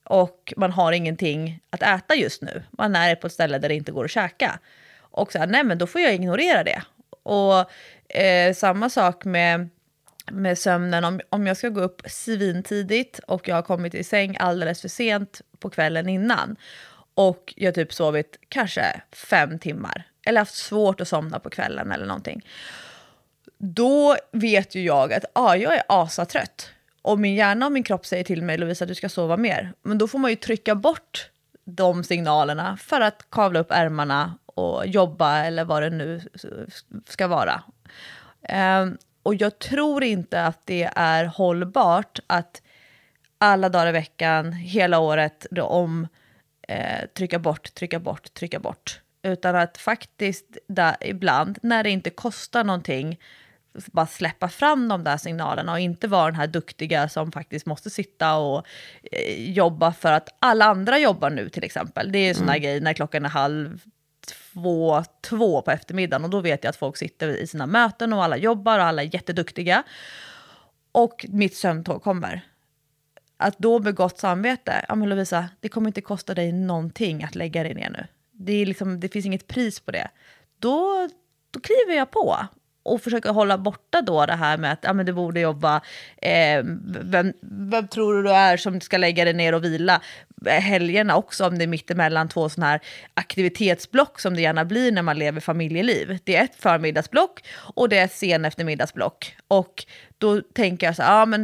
och man har ingenting att äta just nu. Man är på ett ställe där det inte går att käka. Och så här, nej men då får jag ignorera det. Och eh, samma sak med, med sömnen. Om, om jag ska gå upp svintidigt och jag har kommit i säng alldeles för sent på kvällen innan. Och jag typ sovit kanske fem timmar. Eller haft svårt att somna på kvällen eller någonting. Då vet ju jag att ah, jag är asatrött. Och min hjärna och min kropp säger till mig, Lovisa, du ska sova mer. Men då får man ju trycka bort de signalerna för att kavla upp ärmarna och jobba eller vad det nu ska vara. Um, och jag tror inte att det är hållbart att alla dagar i veckan, hela året då om eh, trycka bort, trycka bort, trycka bort. Utan att faktiskt där, ibland när det inte kostar någonting bara släppa fram de där signalerna och inte vara den här duktiga som faktiskt måste sitta och eh, jobba för att alla andra jobbar nu till exempel. Det är en sån där mm. grej när klockan är halv två, två på eftermiddagen och då vet jag att folk sitter i sina möten och alla jobbar och alla är jätteduktiga. Och mitt sömntåg kommer. Att då med gott samvete, ja men Lovisa, det kommer inte kosta dig någonting att lägga dig ner nu. Det, är liksom, det finns inget pris på det. Då, då kliver jag på. Och försöka hålla borta då det här med att ja, men du borde jobba. Eh, vem, vem tror du du är som ska lägga dig ner och vila? Helgerna också om det är mittemellan två sådana här aktivitetsblock som det gärna blir när man lever familjeliv. Det är ett förmiddagsblock och det är ett sen eftermiddagsblock. Och då tänker jag så här, ja men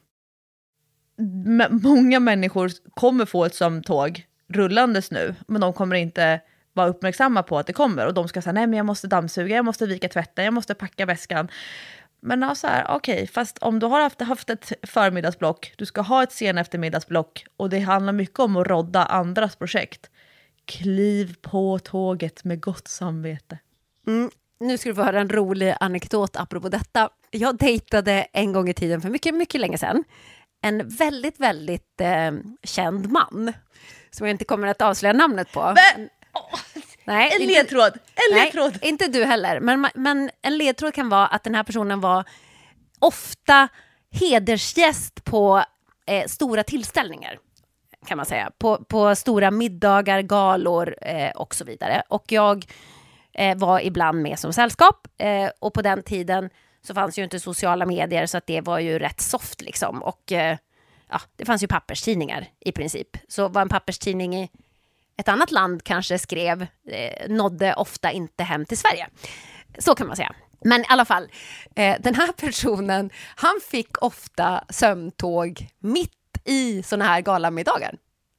m- många människor kommer få ett sömntåg rullandes nu. Men de kommer inte vara uppmärksamma på att det kommer. Och de ska säga, nej men jag måste dammsuga, jag måste vika tvätten, jag måste packa väskan. Men ja, så här, okej, okay, fast om du har haft, haft ett förmiddagsblock, du ska ha ett sen eftermiddagsblock och det handlar mycket om att rodda andras projekt. Kliv på tåget med gott samvete. Mm. Nu ska du få höra en rolig anekdot apropå detta. Jag dejtade en gång i tiden för mycket, mycket länge sedan en väldigt, väldigt eh, känd man som jag inte kommer att avslöja namnet på. Men, åh, nej, en inte, ledtråd, en ledtråd. Nej, inte du heller. Men, men en ledtråd kan vara att den här personen var ofta hedersgäst på eh, stora tillställningar. Kan man säga. På, på stora middagar, galor eh, och så vidare. Och jag eh, var ibland med som sällskap. Eh, och på den tiden så fanns ju inte sociala medier så att det var ju rätt soft liksom. Och eh, ja, det fanns ju papperstidningar i princip. Så vad en papperstidning i ett annat land kanske skrev eh, nådde ofta inte hem till Sverige. Så kan man säga. Men i alla fall, eh, den här personen, han fick ofta sömntåg mitt i såna här galamiddagar.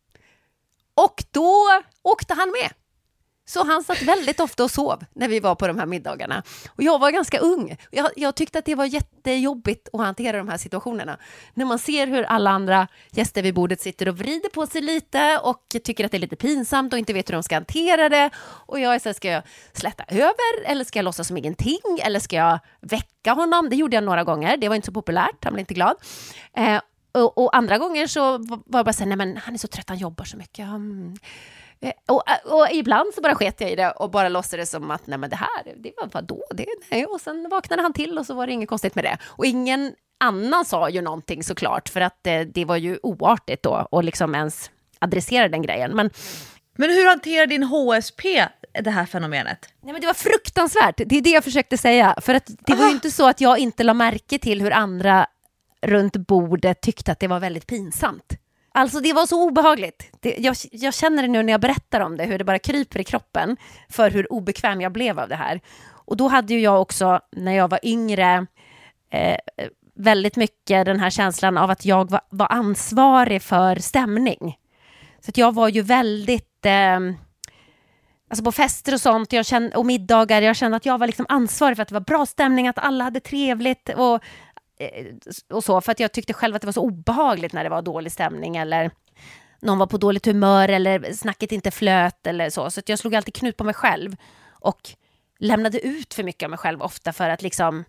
Och då åkte han med. Så han satt väldigt ofta och sov när vi var på de här middagarna. Och jag var ganska ung. Jag, jag tyckte att det var jättejobbigt att hantera de här situationerna. När man ser hur alla andra gäster vid bordet sitter och vrider på sig lite och tycker att det är lite pinsamt och inte vet hur de ska hantera det. Och jag är så här, ska jag släta över eller ska jag låtsas som ingenting? Eller ska jag väcka honom? Det gjorde jag några gånger. Det var inte så populärt, han blev inte glad. Eh, och, och andra gånger så var jag bara så här, nej men han är så trött, han jobbar så mycket. Mm. Och, och ibland så bara sket jag i det och bara låtsades som att nej men det här, det var vad då det, nej. Och sen vaknade han till och så var det inget konstigt med det. Och ingen annan sa ju någonting såklart för att det, det var ju oartigt då och liksom ens adressera den grejen. Men, men hur hanterar din H S P det här fenomenet? Nej men det var fruktansvärt, det är det jag försökte säga. För att det Aha. var ju inte så att jag inte la märke till hur andra runt bordet tyckte att det var väldigt pinsamt. Alltså det var så obehagligt. Det, jag, jag känner det nu när jag berättar om det, hur det bara kryper i kroppen för hur obekväm jag blev av det här. Och då hade ju jag också, när jag var yngre, eh, väldigt mycket den här känslan av att jag var, var ansvarig för stämning. Så att jag var ju väldigt, eh, alltså på fester och sånt jag kände, och middagar, jag kände att jag var liksom ansvarig för att det var bra stämning, att alla hade trevligt och och så, för att jag tyckte själv att det var så obehagligt när det var dålig stämning eller någon var på dåligt humör eller snacket inte flöt eller så, så att jag slog alltid knut på mig själv och lämnade ut för mycket av mig själv ofta för att liksom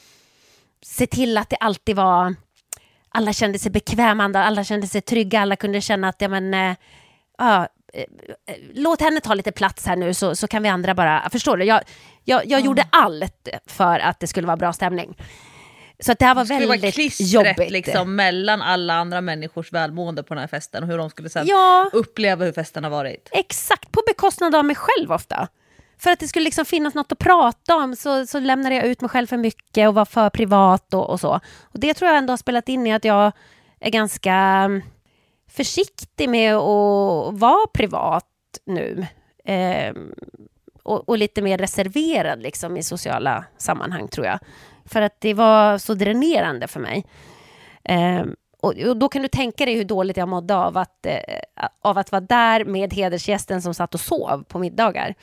se till att det alltid var, alla kände sig bekväma, alla kände sig trygga, alla kunde känna att ja men äh, äh, låt henne ta lite plats här nu så, så kan vi andra bara, förstår du, jag, jag, jag mm. gjorde allt för att det skulle vara bra stämning. Så att det här var det skulle väldigt vara klistret jobbigt. liksom, mellan alla andra människors välmående på den här festen och hur de skulle sen Ja. uppleva hur festen har varit. Exakt, på bekostnad av mig själv ofta. För att det skulle liksom finnas något att prata om så, så lämnade jag ut mig själv för mycket och var för privat och, och så. Och det tror jag ändå har spelat in i att jag är ganska försiktig med att vara privat nu. Eh, och, och lite mer reserverad liksom, i sociala sammanhang, tror jag. För att det var så dränerande för mig. Eh, och, och då kan du tänka dig hur dåligt jag mådde av att, eh, av att vara där med hedersgästen som satt och sov på middagar.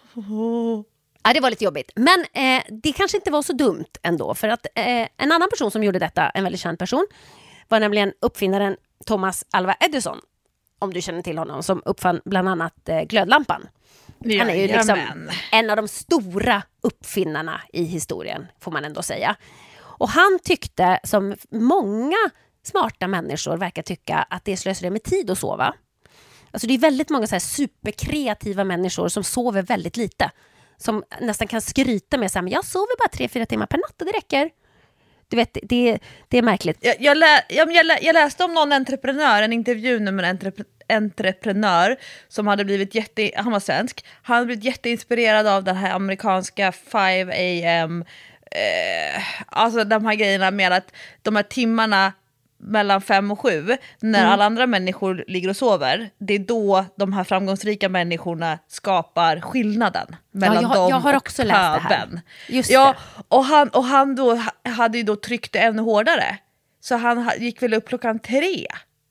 Oh. Ja, det var lite jobbigt. Men eh, det kanske inte var så dumt ändå. För att eh, en annan person som gjorde detta, en väldigt känd person, var nämligen uppfinnaren Thomas Alva Edison. Om du känner till honom, som uppfann bland annat eh, glödlampan. Ja, Han är ju liksom jamen. en av de stora uppfinnarna i historien, får man ändå säga. Och han tyckte, som många smarta människor verkar tycka, att det är slöseri med tid att sova. Alltså det är väldigt många så här superkreativa människor som sover väldigt lite. Som nästan kan skryta med att jag sover bara tre, fyra timmar per natt och det räcker. Du vet, det, det är märkligt. Jag, jag, lä, jag, jag, lä, jag läste om någon entreprenör, en intervju med en entreprenör, entreprenör som hade blivit jätte, han var svensk, han hade blivit jätteinspirerad av den här amerikanska five a m eh, alltså de här grejerna med att de här timmarna mellan fem och sju, när mm. alla andra människor ligger och sover, det är då de här framgångsrika människorna skapar skillnaden mellan ja, jag, dem jag har och också läst det här. Just ja, det. och han, och han då hade ju då tryckt det ännu hårdare. Så han gick väl upp klockan tre.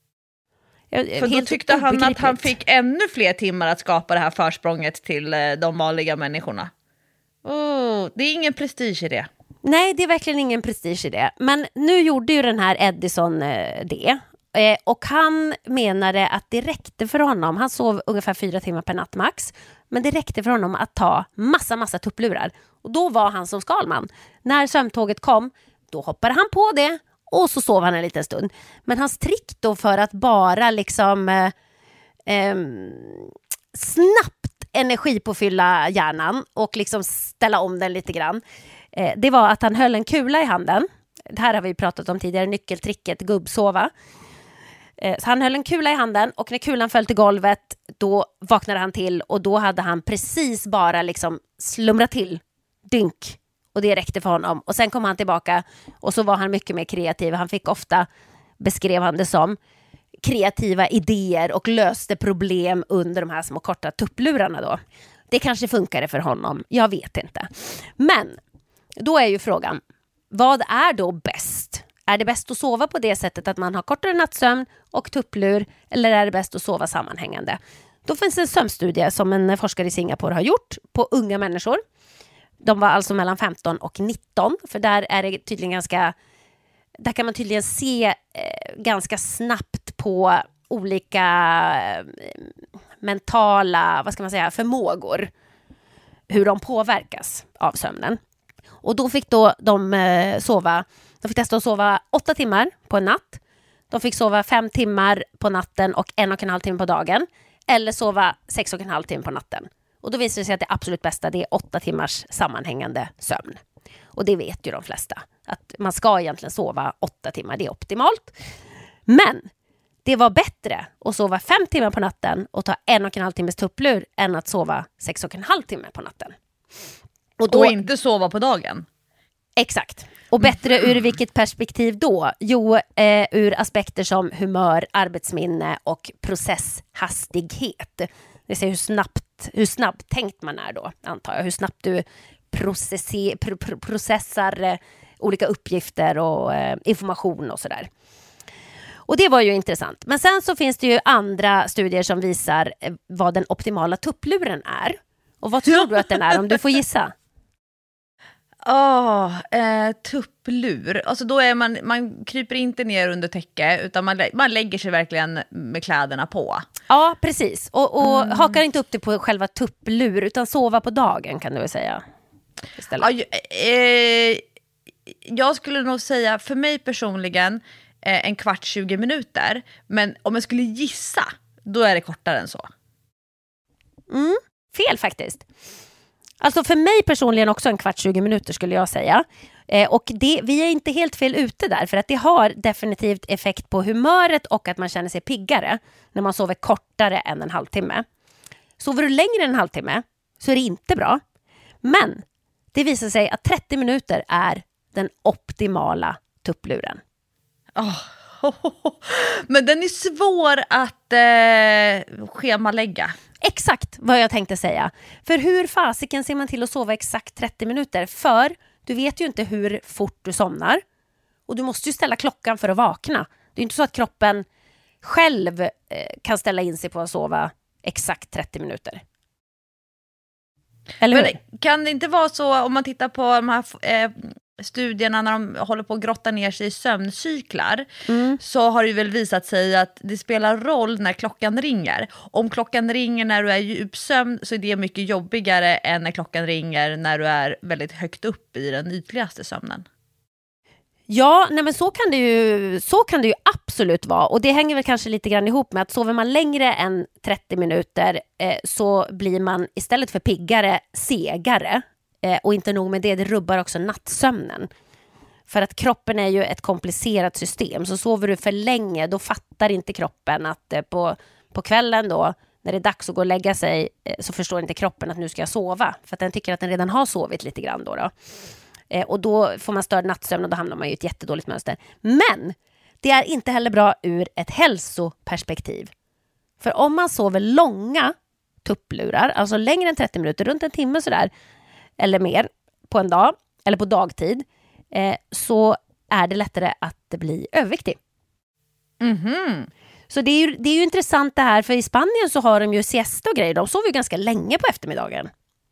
Ja, för då tyckte han att han fick ännu fler timmar att skapa det här försprånget till de vanliga människorna. Oh, det är ingen prestige i det. Nej, det är verkligen ingen prestige i det. Men nu gjorde ju den här Edison eh, det. Eh, och han menade att det räckte för honom. Han sov ungefär fyra timmar per natt max. Men det räckte för honom att ta massa, massa tupplurar. Och då var han som Skalman. När sömntåget kom, då hoppade han på det. Och så sov han en liten stund. Men hans trick då för att bara liksom eh, eh, snabbt energipåfylla hjärnan och liksom ställa om den lite grann, eh, det var att han höll en kula i handen. Det här har vi pratat om tidigare, nyckeltricket gubbsova. Eh, så han höll en kula i handen och när kulan föll till golvet, då vaknade han till och då hade han precis bara liksom slumrat till. Dynk. Och det räckte för honom. Och sen kom han tillbaka och så var han mycket mer kreativ. Han fick ofta, beskrev han det som, kreativa idéer och löste problem under de här små korta tupplurarna då. Det kanske funkade för honom, jag vet inte. Men då är ju frågan, vad är då bäst? Är det bäst att sova på det sättet att man har kortare nattsömn och tupplur, eller är det bäst att sova sammanhängande? Då finns en sömnstudie som en forskare i Singapore har gjort på unga människor. De var alltså mellan femton och nitton, för där är det tydligen ganska, där kan man tydligen se eh, ganska snabbt på olika eh, mentala, vad ska man säga, förmågor, hur de påverkas av sömnen. Och då fick då de eh, sova, de fick testa att sova åtta timmar på en natt. De fick sova fem timmar på natten och en och en halv timme på dagen, eller sova sex och en halv timme på natten. Och då visar det sig att det absolut bästa, det är åtta timmars sammanhängande sömn. Och det vet ju de flesta. Att man ska egentligen sova åtta timmar, det är optimalt. Men det var bättre att sova fem timmar på natten och ta en och en halv timmes tupplur än att sova sex och en halv timme på natten. Och då och inte sova på dagen. Exakt. Och bättre ur vilket perspektiv då? Jo, eh, ur aspekter som humör, arbetsminne och processhastighet. Det ser hur snabbt, hur snabbt tänkt man är då, antar jag. Hur snabbt du processer, pro, pro, processar eh, olika uppgifter och eh, information och sådär. Och det var ju intressant. Men sen så finns det ju andra studier som visar eh, vad den optimala tuppluren är. Och vad tror du att den är, om du får gissa? Oh, eh, tupplur. Alltså då är man, man kryper inte ner under täcke, utan man, man lägger sig verkligen med kläderna på. Ja, precis. Och, och mm. hakar inte upp det på själva tupplur, utan sova på dagen, kan du väl säga. Ja, eh, jag skulle nog säga, för mig personligen, eh, en kvart, tjugo minuter. Men om jag skulle gissa, då är det kortare än så. Mm, fel faktiskt. Alltså för mig personligen också en kvart, tjugo minuter skulle jag säga. Eh, och det, vi är inte helt fel ute där, för att det har definitivt effekt på humöret och att man känner sig piggare när man sover kortare än en halvtimme. Sover du längre än en halvtimme så är det inte bra. Men det visar sig att trettio minuter är den optimala tuppluren. Oh. Men den är svår att eh, schemalägga. Exakt vad jag tänkte säga. För hur fasiken ser man till att sova exakt trettio minuter? För du vet ju inte hur fort du somnar. Och du måste ju ställa klockan för att vakna. Det är inte så att kroppen själv eh, kan ställa in sig på att sova exakt trettio minuter. Eller hur? Men kan det inte vara så, om man tittar på de här eh, studierna när de håller på att grotta ner sig i sömncyklar, mm. så har det väl visat sig att det spelar roll när klockan ringer. Om klockan ringer när du är djupsömn så är det mycket jobbigare än när klockan ringer när du är väldigt högt upp i den ytligaste sömnen. Ja, nej men så kan det ju så kan det ju absolut vara, och det hänger väl kanske lite grann ihop med att sover man längre än trettio minuter eh, så blir man istället för piggare segare, eh, och inte nog med det, det rubbar också nattsömnen. För att kroppen är ju ett komplicerat system, så sover du för länge då fattar inte kroppen att eh, på, på kvällen då när det är dags att gå och lägga sig eh, så förstår inte kroppen att nu ska jag sova, för att den tycker att den redan har sovit lite grann då då. Eh, och då får man störd nattsömn och då hamnar man i ett jättedåligt mönster. Men det är inte heller bra ur ett hälsoperspektiv. För om man sover långa tupplurar, alltså längre än trettio minuter, runt en timme sådär, eller mer på en dag, eller på dagtid, eh, så är det lättare att bli överviktig. Mhm. Så det är, ju, det är ju intressant det här, för i Spanien så har de ju siesta och grejer. De sover ju ganska länge på eftermiddagen.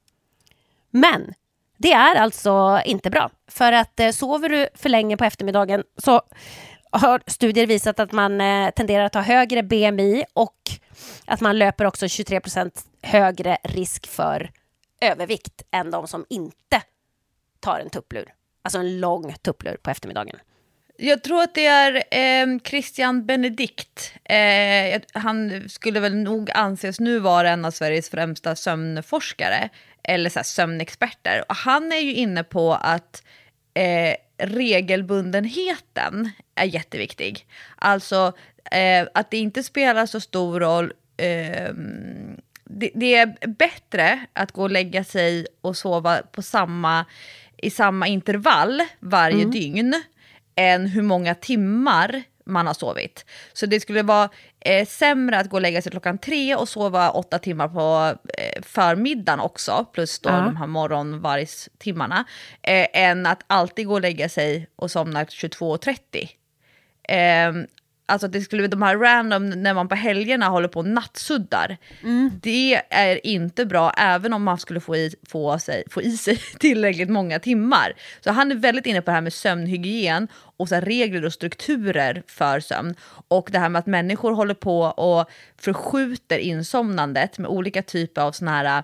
Men det är alltså inte bra. För att eh, sover du för länge på eftermiddagen så har studier visat att man eh, tenderar att ha högre B M I och att man löper också tjugotre procent högre risk för övervikt än de som inte tar en tupplur. Alltså en lång tupplur på eftermiddagen. Jag tror att det är eh, Christian Benedikt. Eh, han skulle väl nog anses nu vara en av Sveriges främsta sömnforskare. Eller så här, sömnexperter. Och han är ju inne på att eh, regelbundenheten är jätteviktig. Alltså eh, att det inte spelar så stor roll. Eh, det, det är bättre att gå och lägga sig och sova på samma, i samma intervall varje mm. dygn än hur många timmar man har sovit. Så det skulle vara eh, sämre att gå och lägga sig klockan tre och sova åtta timmar på eh, förmiddagen också, plus då uh-huh. de här morgonvargstimmarna, eh, än att alltid gå och lägga sig och somna tjugotvå trettio. Eh, alltså det skulle de här random när man på helgerna håller på nattsuddar. Mm. Det är inte bra även om man skulle få i, få, sig, få i sig tillräckligt många timmar. Så han är väldigt inne på det här med sömnhygien och så här regler och strukturer för sömn. Och det här med att människor håller på och förskjuter insomnandet med olika typer av såna här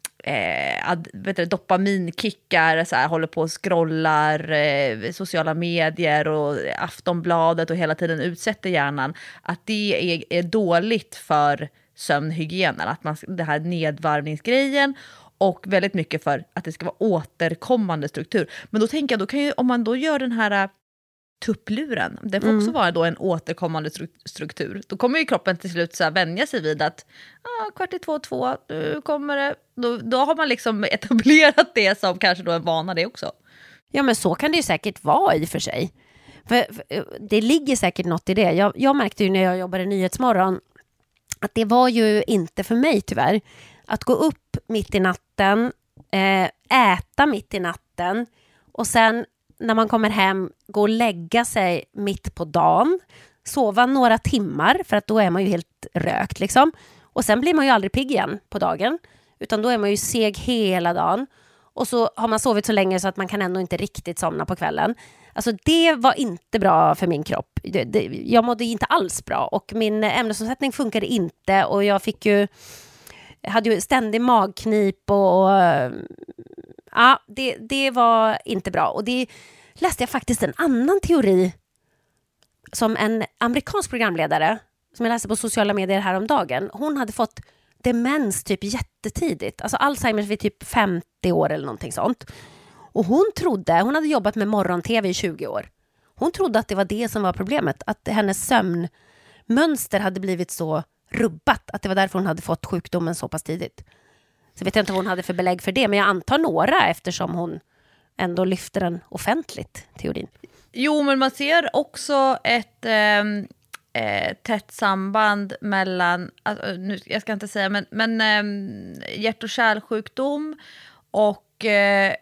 Eh, ad, vet du, dopaminkickar, så här, håller på och scrollar eh, sociala medier och Aftonbladet och hela tiden utsätter hjärnan, att det är, är dåligt för sömnhygienen, att man, det här nedvarvningsgrejen, och väldigt mycket för att det ska vara återkommande struktur. Men då tänker jag, då kan ju, om man då gör den här tuppluren, det får mm. också vara då en återkommande struktur. Då kommer ju kroppen till slut så här vänja sig vid att ah, kvart i två, två, nu kommer det. Då, då har man liksom etablerat det som kanske då en vana det också. Ja, men så kan det ju säkert vara i och för sig. För, för det ligger säkert något i det. Jag, jag märkte ju när jag jobbade i Nyhetsmorgon att det var ju inte för mig tyvärr. Att gå upp mitt i natten, äh, äta mitt i natten och sen när man kommer hem, gå och lägga sig mitt på dagen, sova några timmar, för att då är man ju helt rökt liksom. Och sen blir man ju aldrig pigg igen på dagen, utan då är man ju seg hela dagen. Och så har man sovit så länge så att man kan ändå inte riktigt somna på kvällen. Alltså det var inte bra för min kropp. Det, det, jag mådde inte alls bra och min ämnesomsättning funkade inte och jag fick ju, hade ju ständig magknip och, och ja, det, det var inte bra. Och det läste jag faktiskt en annan teori som en amerikansk programledare som jag läste på sociala medier häromdagen. Hon hade fått demens typ jättetidigt. Alltså Alzheimers vid typ femtio år eller någonting sånt. Och hon trodde, hon hade jobbat med morgon-tv i tjugo år. Hon trodde att det var det som var problemet. Att hennes sömnmönster hade blivit så rubbat. Att det var därför hon hade fått sjukdomen så pass tidigt. Så vet jag inte vad hon hade för belägg för det. Men jag antar några eftersom hon ändå lyfter den offentligt, teorin. Jo, men man ser också ett eh, eh, tätt samband mellan, alltså, nu, jag ska inte säga, men, men eh, hjärt- och kärlsjukdom och eh,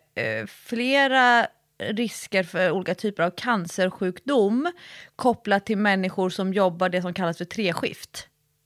flera risker för olika typer av cancersjukdom kopplat till människor som jobbar det som kallas för treskift.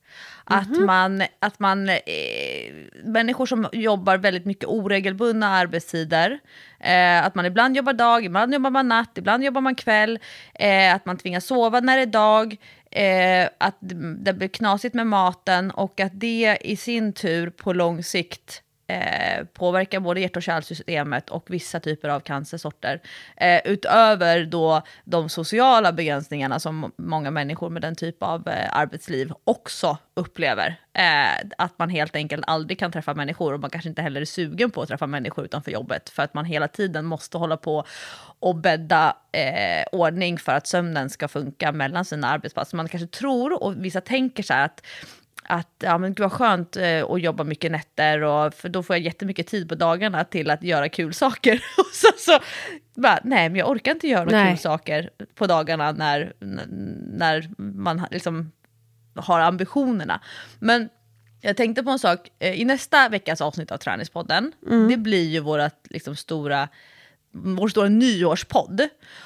Att man, att man eh, människor som jobbar väldigt mycket oregelbundna arbetstider, eh, att man ibland jobbar dag, ibland jobbar man natt, ibland jobbar man kväll, eh, att man tvingas sova när det är dag, eh, att det blir knasigt med maten och att det i sin tur på lång sikt Eh, påverkar både hjärt- och kärlsystemet och vissa typer av cancersorter. Eh, utöver då de sociala begränsningarna som många människor med den typ av eh, arbetsliv också upplever. Eh, att man helt enkelt aldrig kan träffa människor och man kanske inte heller är sugen på att träffa människor utanför jobbet för att man hela tiden måste hålla på och bädda eh, ordning för att sömnen ska funka mellan sina arbetsplatser. Man kanske tror och vissa tänker så här att att ja, men det var skönt eh, att jobba mycket nätter och för då får jag jättemycket tid på dagarna till att göra kul saker. Och så, så bara, nej, men jag orkar inte göra nej. kul saker på dagarna när, när man liksom har ambitionerna. Men jag tänkte på en sak, eh, i nästa veckas avsnitt av Träningspodden, mm. det blir ju vårat liksom stora, vår stora nyårspodd.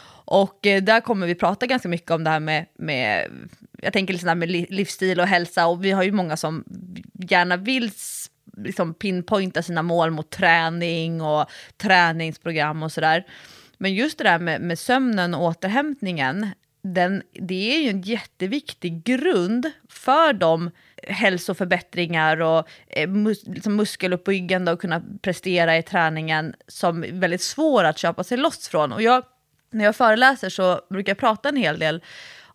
Och eh, där kommer vi prata ganska mycket om det här med, med jag tänker liksom där med livsstil och hälsa. Och vi har ju många som gärna vill liksom pinpointa sina mål mot träning och träningsprogram och sådär. Men just det där med, med sömnen och återhämtningen, den, det är ju en jätteviktig grund för de hälsoförbättringar och eh, mus, liksom muskeluppbyggande och kunna prestera i träningen som är väldigt svår att köpa sig loss från. Och jag När jag föreläser så brukar jag prata en hel del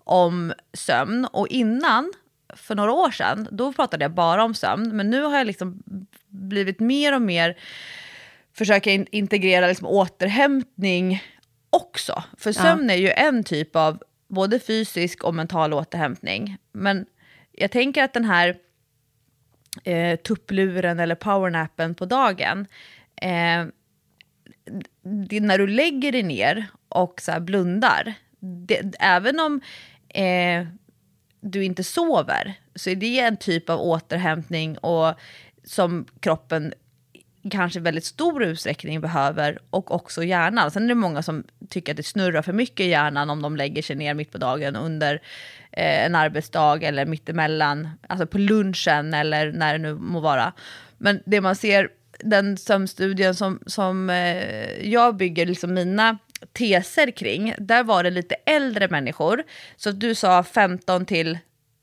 om sömn. Och innan, för några år sedan, då pratade jag bara om sömn. Men nu har jag liksom blivit mer och mer försöka in- integrera liksom återhämtning också. För sömn ja. är ju en typ av både fysisk och mental återhämtning. Men jag tänker att den här eh, tuppluren eller powernappen på dagen... Eh, det, när du lägger dig ner och så här blundar, det, även om eh, du inte sover, så är det en typ av återhämtning och som kroppen kanske i väldigt stor utsträckning behöver, och också hjärnan. Sen är det många som tycker att det snurrar för mycket i hjärnan om de lägger sig ner mitt på dagen under eh, en arbetsdag eller mittemellan, alltså på lunchen eller när det nu må vara. Men det man ser, den sömnstudien som, som eh, jag bygger liksom mina teser kring, där var det lite äldre människor. Så du sa femton till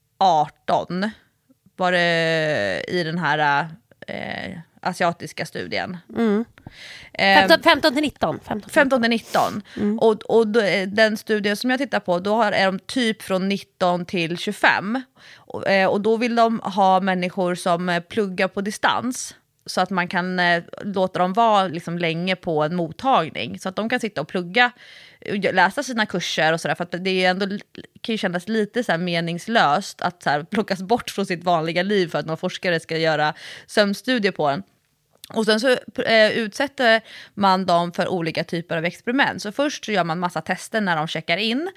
arton var det i den här eh, asiatiska studien. Mm. femton, femton till nitton. femton till nitton. Mm. Och, och då, den studien som jag tittar på, då har, är de typ från nitton till tjugofem. Och, och då vill de ha människor som pluggar på distans. Så att man kan eh, låta dem vara liksom länge på en mottagning. Så att de kan sitta och plugga, läsa sina kurser och sådär. För att det är ändå, kan ju kännas lite så här meningslöst att så här plockas bort från sitt vanliga liv för att någon forskare ska göra sömnstudier på en. Och sen så eh, utsätter man dem för olika typer av experiment. Så först så gör man massa tester när de checkar in.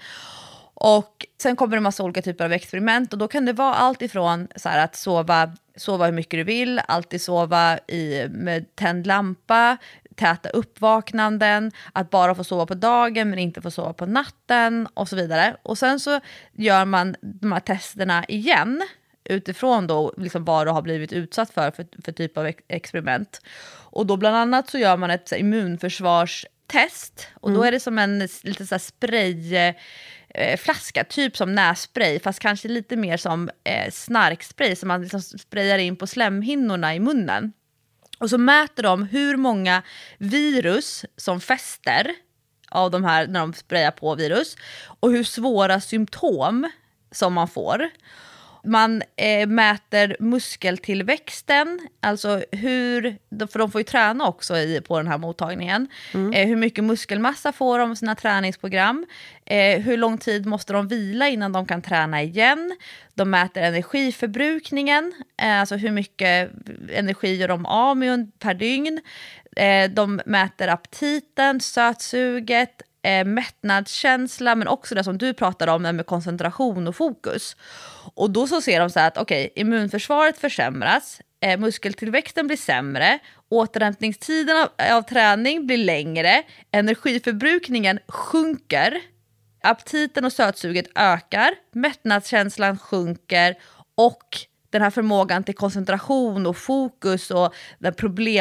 Och sen kommer det en massa olika typer av experiment. Och då kan det vara allt ifrån så här att sova, sova hur mycket du vill. Alltid sova i, med tänd lampa. Täta uppvaknanden. Att bara få sova på dagen men inte få sova på natten. Och så vidare. Och sen så gör man de här testerna igen. Utifrån då liksom vad du har blivit utsatt för, för för typ av experiment. Och då bland annat så gör man ett så här, immunförsvarstest. Och mm. då är det som en lite så här spray... Eh, flaska, typ som nässpray, fast kanske lite mer som eh, snarkspray som man liksom sprayar in på slemhinnorna i munnen. Och så mäter de hur många virus som fäster av de här när de sprayar på virus och hur svåra symptom som man får. Man eh, mäter muskeltillväxten, alltså hur, för de får ju träna också i, på den här mottagningen. Mm. Eh, hur mycket muskelmassa får de i sina träningsprogram? Eh, hur lång tid måste de vila innan de kan träna igen? De mäter energiförbrukningen, eh, alltså hur mycket energi gör de av med per dygn. Eh, de mäter aptiten, sötsuget, eh, mättnadskänsla, men också det som du pratade om med koncentration och fokus. Och då så ser de så här att okej, okay, immunförsvaret försämras, eh, muskeltillväxten blir sämre, återhämtningstiden av, av träning blir längre, energiförbrukningen sjunker, aptiten och sötsuget ökar, mättnadskänslan sjunker och den här förmågan till koncentration och fokus och den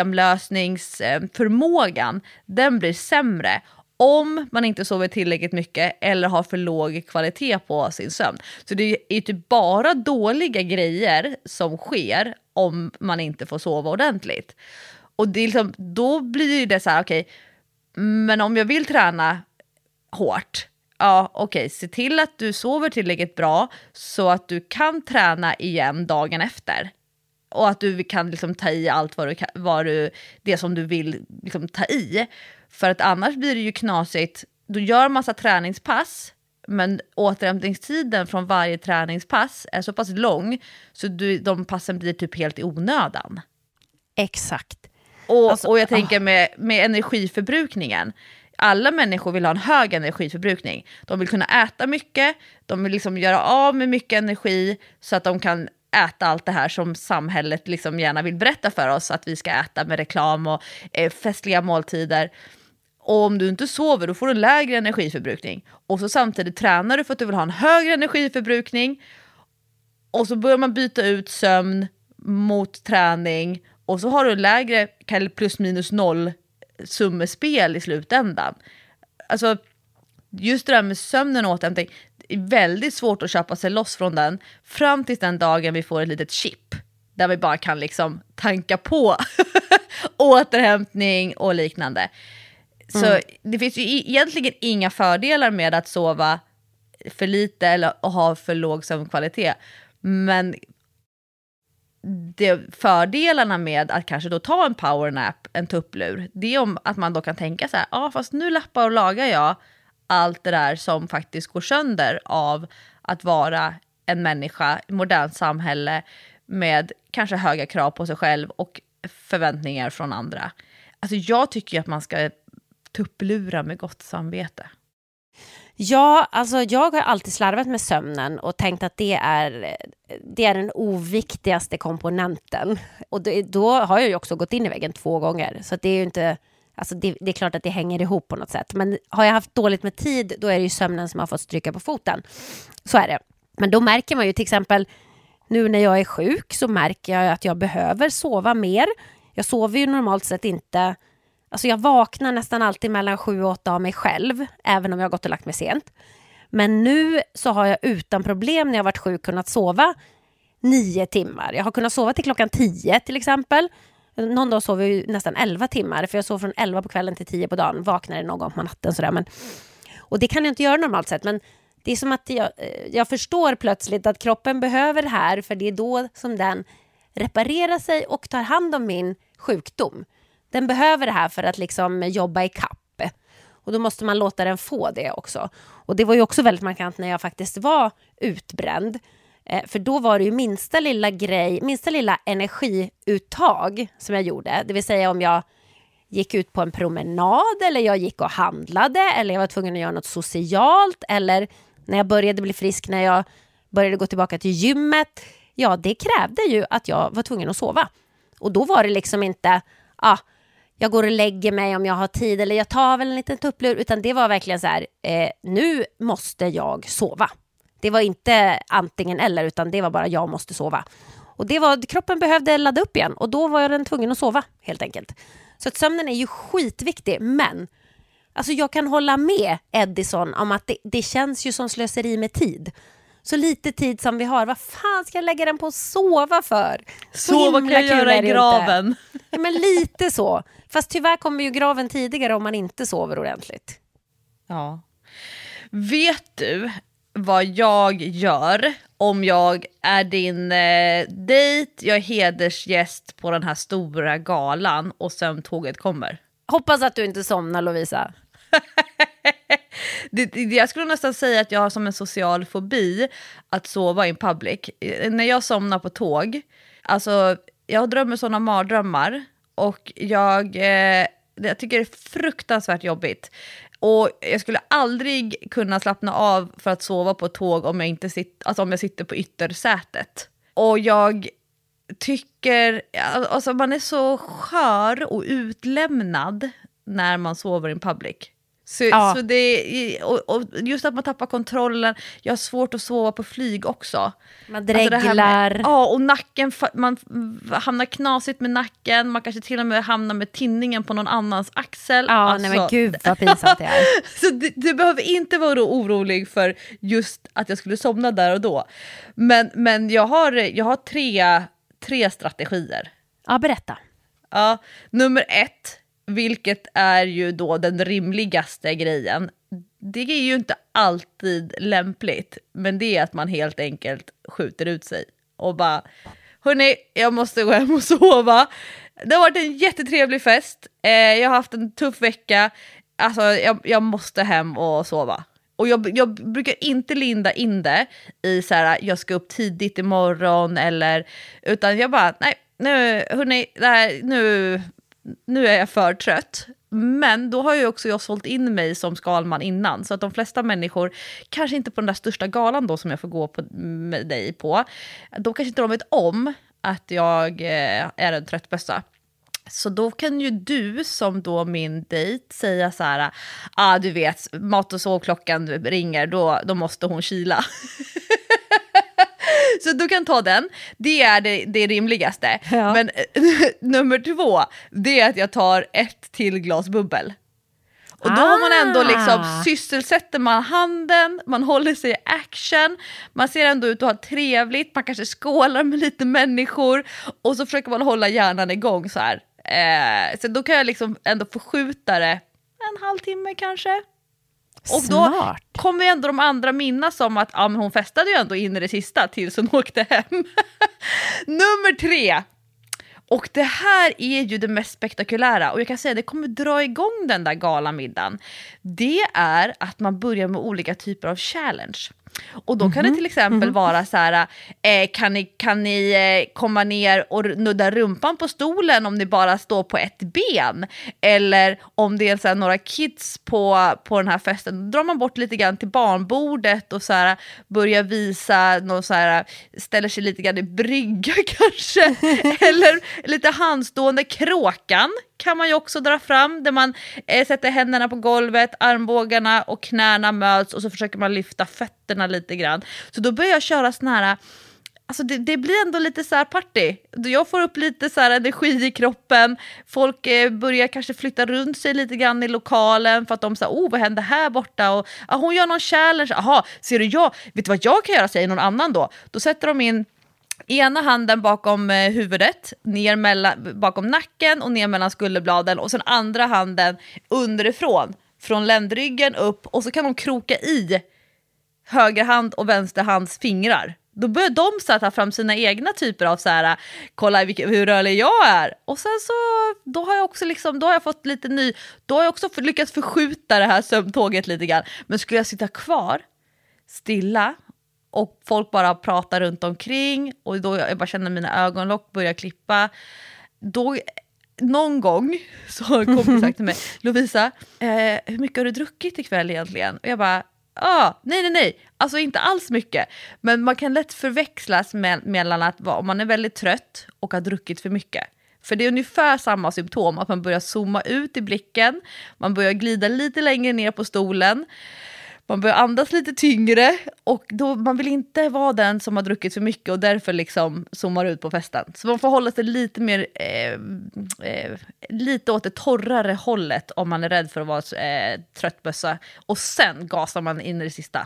problemlösningsförmågan, den blir sämre om man inte sover tillräckligt mycket eller har för låg kvalitet på sin sömn. Så det är ju typ bara dåliga grejer som sker om man inte får sova ordentligt. Och det är liksom, då blir det så här, okej, okay, men om jag vill träna hårt, ja okej, okay, se till att du sover tillräckligt bra så att du kan träna igen dagen efter. Och att du kan liksom ta i allt vad du, vad du, det som du vill liksom ta i. För att annars blir det ju knasigt. Du gör massa träningspass, men återhämtningstiden från varje träningspass är så pass lång så du, de passen blir typ helt i onödan. Exakt. Och, alltså, och jag tänker med, med energiförbrukningen. Alla människor vill ha en hög energiförbrukning. De vill kunna äta mycket. De vill liksom göra av med mycket energi så att de kan äta allt det här som samhället liksom gärna vill berätta för oss att vi ska äta med reklam och eh, festliga måltider. Och om du inte sover, då får du en lägre energiförbrukning. Och så samtidigt tränar du för att du vill ha en högre energiförbrukning. Och så börjar man byta ut sömn mot träning. Och så har du en lägre plus minus noll summespel i slutändan. Alltså just det där med sömnen och återhämtning, det är väldigt svårt att köpa sig loss från den fram till den dagen vi får ett litet chip där vi bara kan liksom tanka på återhämtning och liknande. Så mm. det finns ju egentligen inga fördelar med att sova för lite eller att ha för låg sömnkvalitet. Men det, fördelarna med att kanske då ta en powernap, en tupplur, det är om att man då kan tänka så här, ja ah, fast nu lappar och lagar jag allt det där som faktiskt går sönder av att vara en människa i modernt samhälle med kanske höga krav på sig själv och förväntningar från andra. Alltså jag tycker att man ska tupplura med gott samvete. Ja, alltså jag har alltid slarvat med sömnen och tänkt att det är, det är den oviktigaste komponenten. Och då, då har jag ju också gått in i väggen två gånger. Så att det är ju inte, alltså det, det är klart att det hänger ihop på något sätt. Men har jag haft dåligt med tid, då är det ju sömnen som har fått stryka på foten. Så är det. Men då märker man ju till exempel, nu när jag är sjuk så märker jag att jag behöver sova mer. Jag sover ju normalt sett inte. Alltså jag vaknar nästan alltid mellan sju och åtta av mig själv, även om jag har gått och lagt mig sent. Men nu så har jag utan problem när jag varit sjuk kunnat sova nio timmar. Jag har kunnat sova till klockan tio till exempel. Någon dag sover jag nästan elva timmar, för jag sover från elva på kvällen till tio på dagen. Vaknar det någon gång på natten sådär. Men, och det kan jag inte göra normalt sett, men det är som att jag, jag förstår plötsligt att kroppen behöver det här, för det är då som den reparerar sig och tar hand om min sjukdom. Den behöver det här för att liksom jobba i kapp. Och då måste man låta den få det också. Och det var ju också väldigt markant när jag faktiskt var utbränd. Eh, för då var det ju minsta lilla grej, minsta lilla energiuttag som jag gjorde. Det vill säga om jag gick ut på en promenad, eller jag gick och handlade, eller jag var tvungen att göra något socialt, eller när jag började bli frisk, när jag började gå tillbaka till gymmet. Ja, det krävde ju att jag var tvungen att sova. Och då var det liksom inte, ah, jag går och lägger mig om jag har tid, eller jag tar väl en liten tupplur, utan det var verkligen så här, eh, nu måste jag sova. Det var inte antingen eller, utan det var bara jag måste sova. Och det var, kroppen behövde ladda upp igen, och då var jag den tvungen att sova helt enkelt. Så att sömnen är ju skitviktig, men alltså jag kan hålla med Edison om att det, det känns ju som slöseri med tid. Så lite tid som vi har, vad fan ska jag lägga den på att sova för? Sova kan jag göra i graven. Ja, men lite så. Fast tyvärr kommer ju graven tidigare om man inte sover ordentligt. Ja. Vet du vad jag gör om jag är din eh, dejt, jag är hedersgäst på den här stora galan och sen tåget kommer. Hoppas att du inte somnar, Lovisa. det, det, jag skulle nästan säga att jag har som en social fobi att sova in public. När jag somnar på tåg, alltså jag drömmer sådana mardrömmar och jag, eh, jag tycker det är fruktansvärt jobbigt. Och jag skulle aldrig kunna slappna av för att sova på ett tåg om jag, inte sitter, alltså om jag sitter på yttersätet. Och jag tycker, alltså man är så skör och utlämnad när man sover in public. Så, ja. så det, och, och just att man tappar kontrollen. Jag har svårt att sova på flyg också. Man dreglar. Alltså med, ja, och nacken, man hamnar knasigt med nacken. Man kanske till och med hamnar med tinningen på någon annans axel. Ja, alltså, nej men gud vad pinsamt det är. Så det, det behöver inte vara orolig för just att jag skulle somna där och då. Men, men jag har, jag har tre, tre strategier. Ja, berätta. Ja, nummer ett, vilket är ju då den rimligaste grejen. Det är ju inte alltid lämpligt, men det är att man helt enkelt skjuter ut sig och bara, hörni, jag måste gå hem och sova. Det har varit en jättetrevlig fest. Eh, jag har haft en tuff vecka. Alltså, jag, jag måste hem och sova. Och jag, jag brukar inte linda in det i så här, jag ska upp tidigt imorgon eller, utan jag bara, nej, nu, hörni, det här, nu... nu är jag för trött. Men då har ju också jag sålt in mig som skalman innan. Så att de flesta människor, kanske inte på den där största galan då som jag får gå på, med dig på. Då kanske inte de vet om att jag eh, är en trött bössa. Så då kan ju du som då min dejt säga så här, ah, du vet, mat- och sovklockan ringer, då, då måste hon kila. Så du kan ta den. Det är det, det rimligaste. Ja. Men nummer två, det är att jag tar ett till glas bubbel. Och då ah. har man ändå liksom, sysselsätter man handen, man håller sig i action, man ser ändå ut att ha trevligt, man kanske skålar med lite människor och så försöker man hålla hjärnan igång så här. Eh, så då kan jag liksom ändå förskjuta det en halvtimme kanske. Och Smart. Då kommer ändå de andra minnas om att ja, men hon festade ju ändå in i det sista tills hon åkte hem. Nummer tre. Och det här är ju det mest spektakulära. Och jag kan säga att det kommer dra igång den där galamiddagen. Det är att man börjar med olika typer av challenge. Och då kan mm-hmm. det till exempel mm-hmm. vara så här, eh, kan ni, kan ni eh, komma ner och nudda rumpan på stolen om ni bara står på ett ben? Eller om det är så här, några kids på, på den här festen, då drar man bort lite grann till barnbordet och så här, börjar visa, någon så här, ställer sig lite grann i brygga kanske. Eller lite handstående kråkan kan man ju också dra fram, där man eh, sätter händerna på golvet, armbågarna och knäna möts och så försöker man lyfta fötterna lite grann. Så då börjar jag köra sån här, alltså det, det blir ändå lite så här party. Jag får upp lite så här energi i kroppen. Folk eh, börjar kanske flytta runt sig lite grann i lokalen för att de säger, oh vad händer här borta? Och ah, hon gör någon challenge. Aha, ser du jag? Vet du vad jag kan göra, säger någon annan då? Då sätter de in ena handen bakom eh, huvudet, ner mellan, bakom nacken och ner mellan skulderbladen och sen andra handen underifrån, från ländryggen upp, och så kan de kroka i höger hand och vänster hands fingrar. Då börjar de så ta fram sina egna typer av så här, kolla vilka, hur rörlig jag är. Och sen så, då har jag också liksom, då har jag fått lite ny, då har jag också lyckats förskjuta det här sömntåget lite grann. Men skulle jag sitta kvar stilla och folk bara pratar runt omkring och då jag bara känner mina ögonlock börja klippa, då någon gång så har en kompis sagt till mig, Lovisa, eh, hur mycket har du druckit ikväll egentligen? Och jag bara, ah, nej, nej, nej. Alltså inte alls mycket. Men man kan lätt förväxlas med, mellan att om man är väldigt trött och har druckit för mycket. För det är ungefär samma symptom, att man börjar zooma ut i blicken, man börjar glida lite längre ner på stolen, man börjar andas lite tyngre och då, man vill inte vara den som har druckit för mycket och därför liksom zoomar ut på festen. Så man får hålla sig lite mer eh, eh, lite åt det torrare hållet om man är rädd för att vara eh, tröttbössa. Och sen gasar man in i det sista.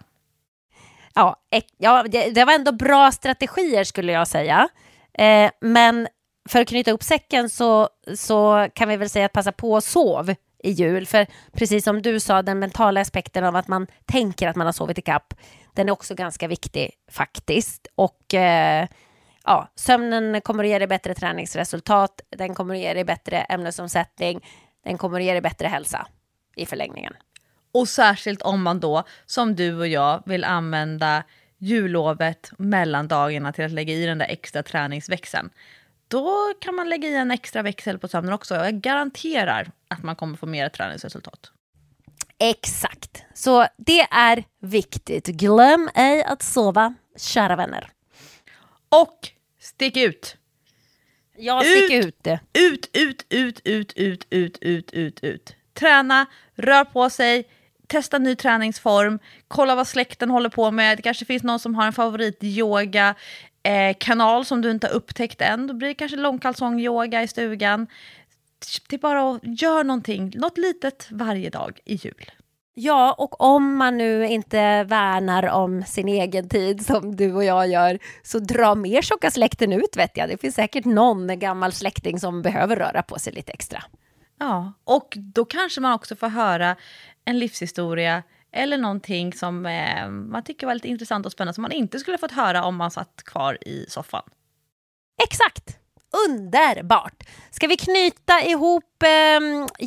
Ja, ja det, det var ändå bra strategier skulle jag säga. Eh, men för att knyta upp säcken så, så kan vi väl säga att passa på att sov i jul. För precis som du sa, den mentala aspekten av att man tänker att man har sovit i kapp, Den är också ganska viktig faktiskt. Och eh, ja, sömnen kommer att ge dig bättre träningsresultat. Den kommer att ge dig bättre ämnesomsättning. Den kommer att ge dig bättre hälsa i förlängningen. Och särskilt om man då, som du och jag, vill använda jullovet mellan dagarna till att lägga i den där extra träningsväxeln. Då kan man lägga i en extra växel på sömnen också. Jag garanterar att man kommer få mer träningsresultat. Exakt. Så det är viktigt. Glöm ej att sova, kära vänner. Och stick ut. Ja, stick ut. Ut, ut, ut, ut, ut, ut, ut, ut, ut, ut. Träna, rör på sig, testa ny träningsform, kolla vad släkten håller på med. Det kanske finns någon som har en favorit yoga eh, kanal som du inte har upptäckt än. Då blir det kanske långkalsong-yoga i stugan. Det är bara att göra någonting, något litet varje dag i jul. Ja, och om man nu inte värnar om sin egen tid som du och jag gör, så dra mer tjocka släkten ut, vet jag. Det finns säkert någon gammal släkting som behöver röra på sig lite extra. Ja, och då kanske man också får höra en livshistoria eller någonting som eh, man tycker var lite intressant och spännande som man inte skulle fått höra om man satt kvar i soffan. Exakt! Underbart! Ska vi knyta ihop eh,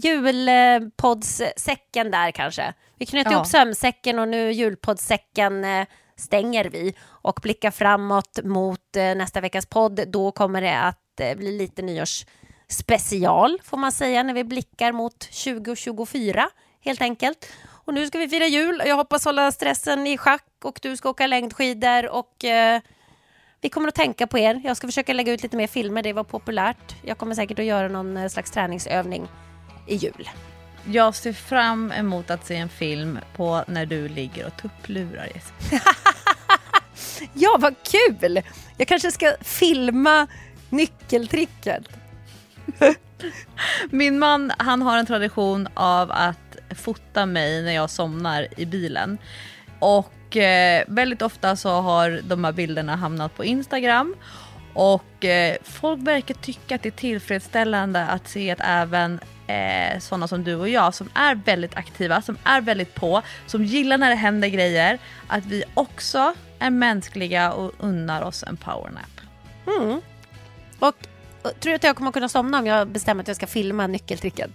julpoddssäcken där kanske? Vi knyter Ja. ihop sömnsäcken och nu julpoddssäcken eh, stänger vi och blickar framåt mot eh, nästa veckas podd. Då kommer det att eh, bli lite nyårsspecial får man säga när vi blickar mot tjugo tjugofyra helt enkelt. Och nu ska vi fira jul. Jag hoppas hålla stressen i schack och du ska åka längdskidor och eh, vi kommer att tänka på er. Jag ska försöka lägga ut lite mer filmer, det var populärt. Jag kommer säkert att göra någon slags träningsövning i jul. Jag ser fram emot att se en film på när du ligger och tupplurar, Jessica. Ja, vad kul! Jag kanske ska filma nyckeltricket. Min man, han har en tradition av att fota mig när jag somnar i bilen. Och eh, väldigt ofta så har de här bilderna hamnat på Instagram. Och eh, folk verkar tycka att det är tillfredsställande att se att även eh, sådana som du och jag som är väldigt aktiva, som är väldigt på, som gillar när det händer grejer, att vi också är mänskliga och unnar oss en powernap. Mm. Och, och tror du att jag kommer kunna somna om jag bestämmer att jag ska filma nyckeltricket?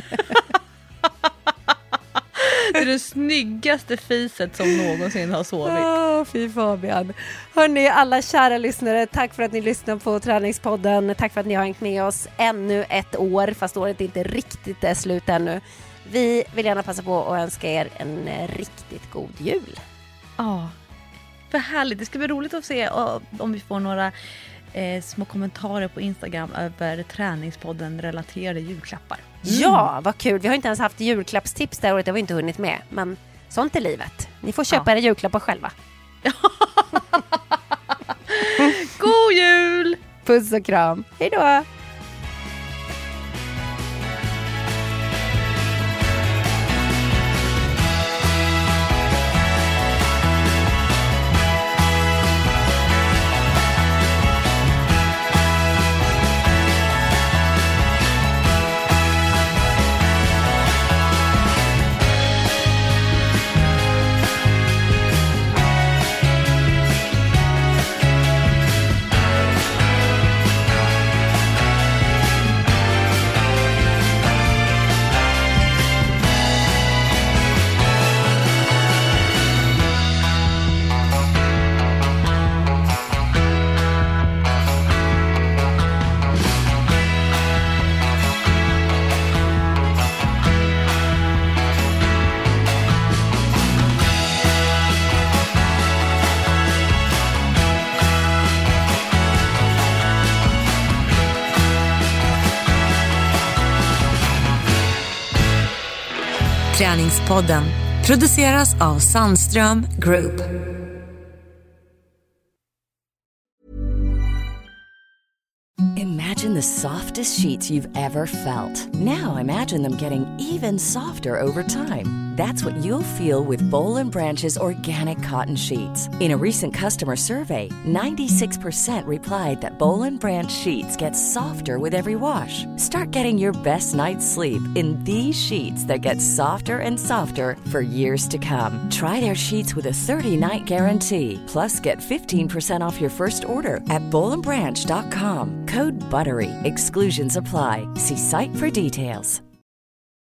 Det är det snyggaste fiset som någonsin har sovit. Åh, fy Fabian. Hörrni, alla kära lyssnare, tack för att ni lyssnar på Träningspodden. Tack för att ni har hängt med oss ännu ett år, fast året inte riktigt är slut ännu. Vi vill gärna passa på att önska er en riktigt god jul. Ja, för härligt. Det ska bli roligt att se om vi får några eh, små kommentarer på Instagram över Träningspodden relaterade julklappar. Mm. Ja, vad kul. Vi har inte ens haft julklappstips där året. Det har vi inte hunnit med. Men sånt är livet. Ni får köpa ja. era julklappar själva. God jul! Puss och kram. Hej då! Träningspodden produceras av Sandström Group. Imagine the softest sheets you've ever felt. Now imagine them getting even softer over time. That's what you'll feel with Boll and Branch's organic cotton sheets. In a recent customer survey, ninety-six percent replied that Boll and Branch sheets get softer with every wash. Start getting your best night's sleep in these sheets that get softer and softer for years to come. Try their sheets with a thirty-night guarantee. Plus, get fifteen percent off your first order at boll and branch dot com. Code BUTTERY. Exclusions apply. See site for details.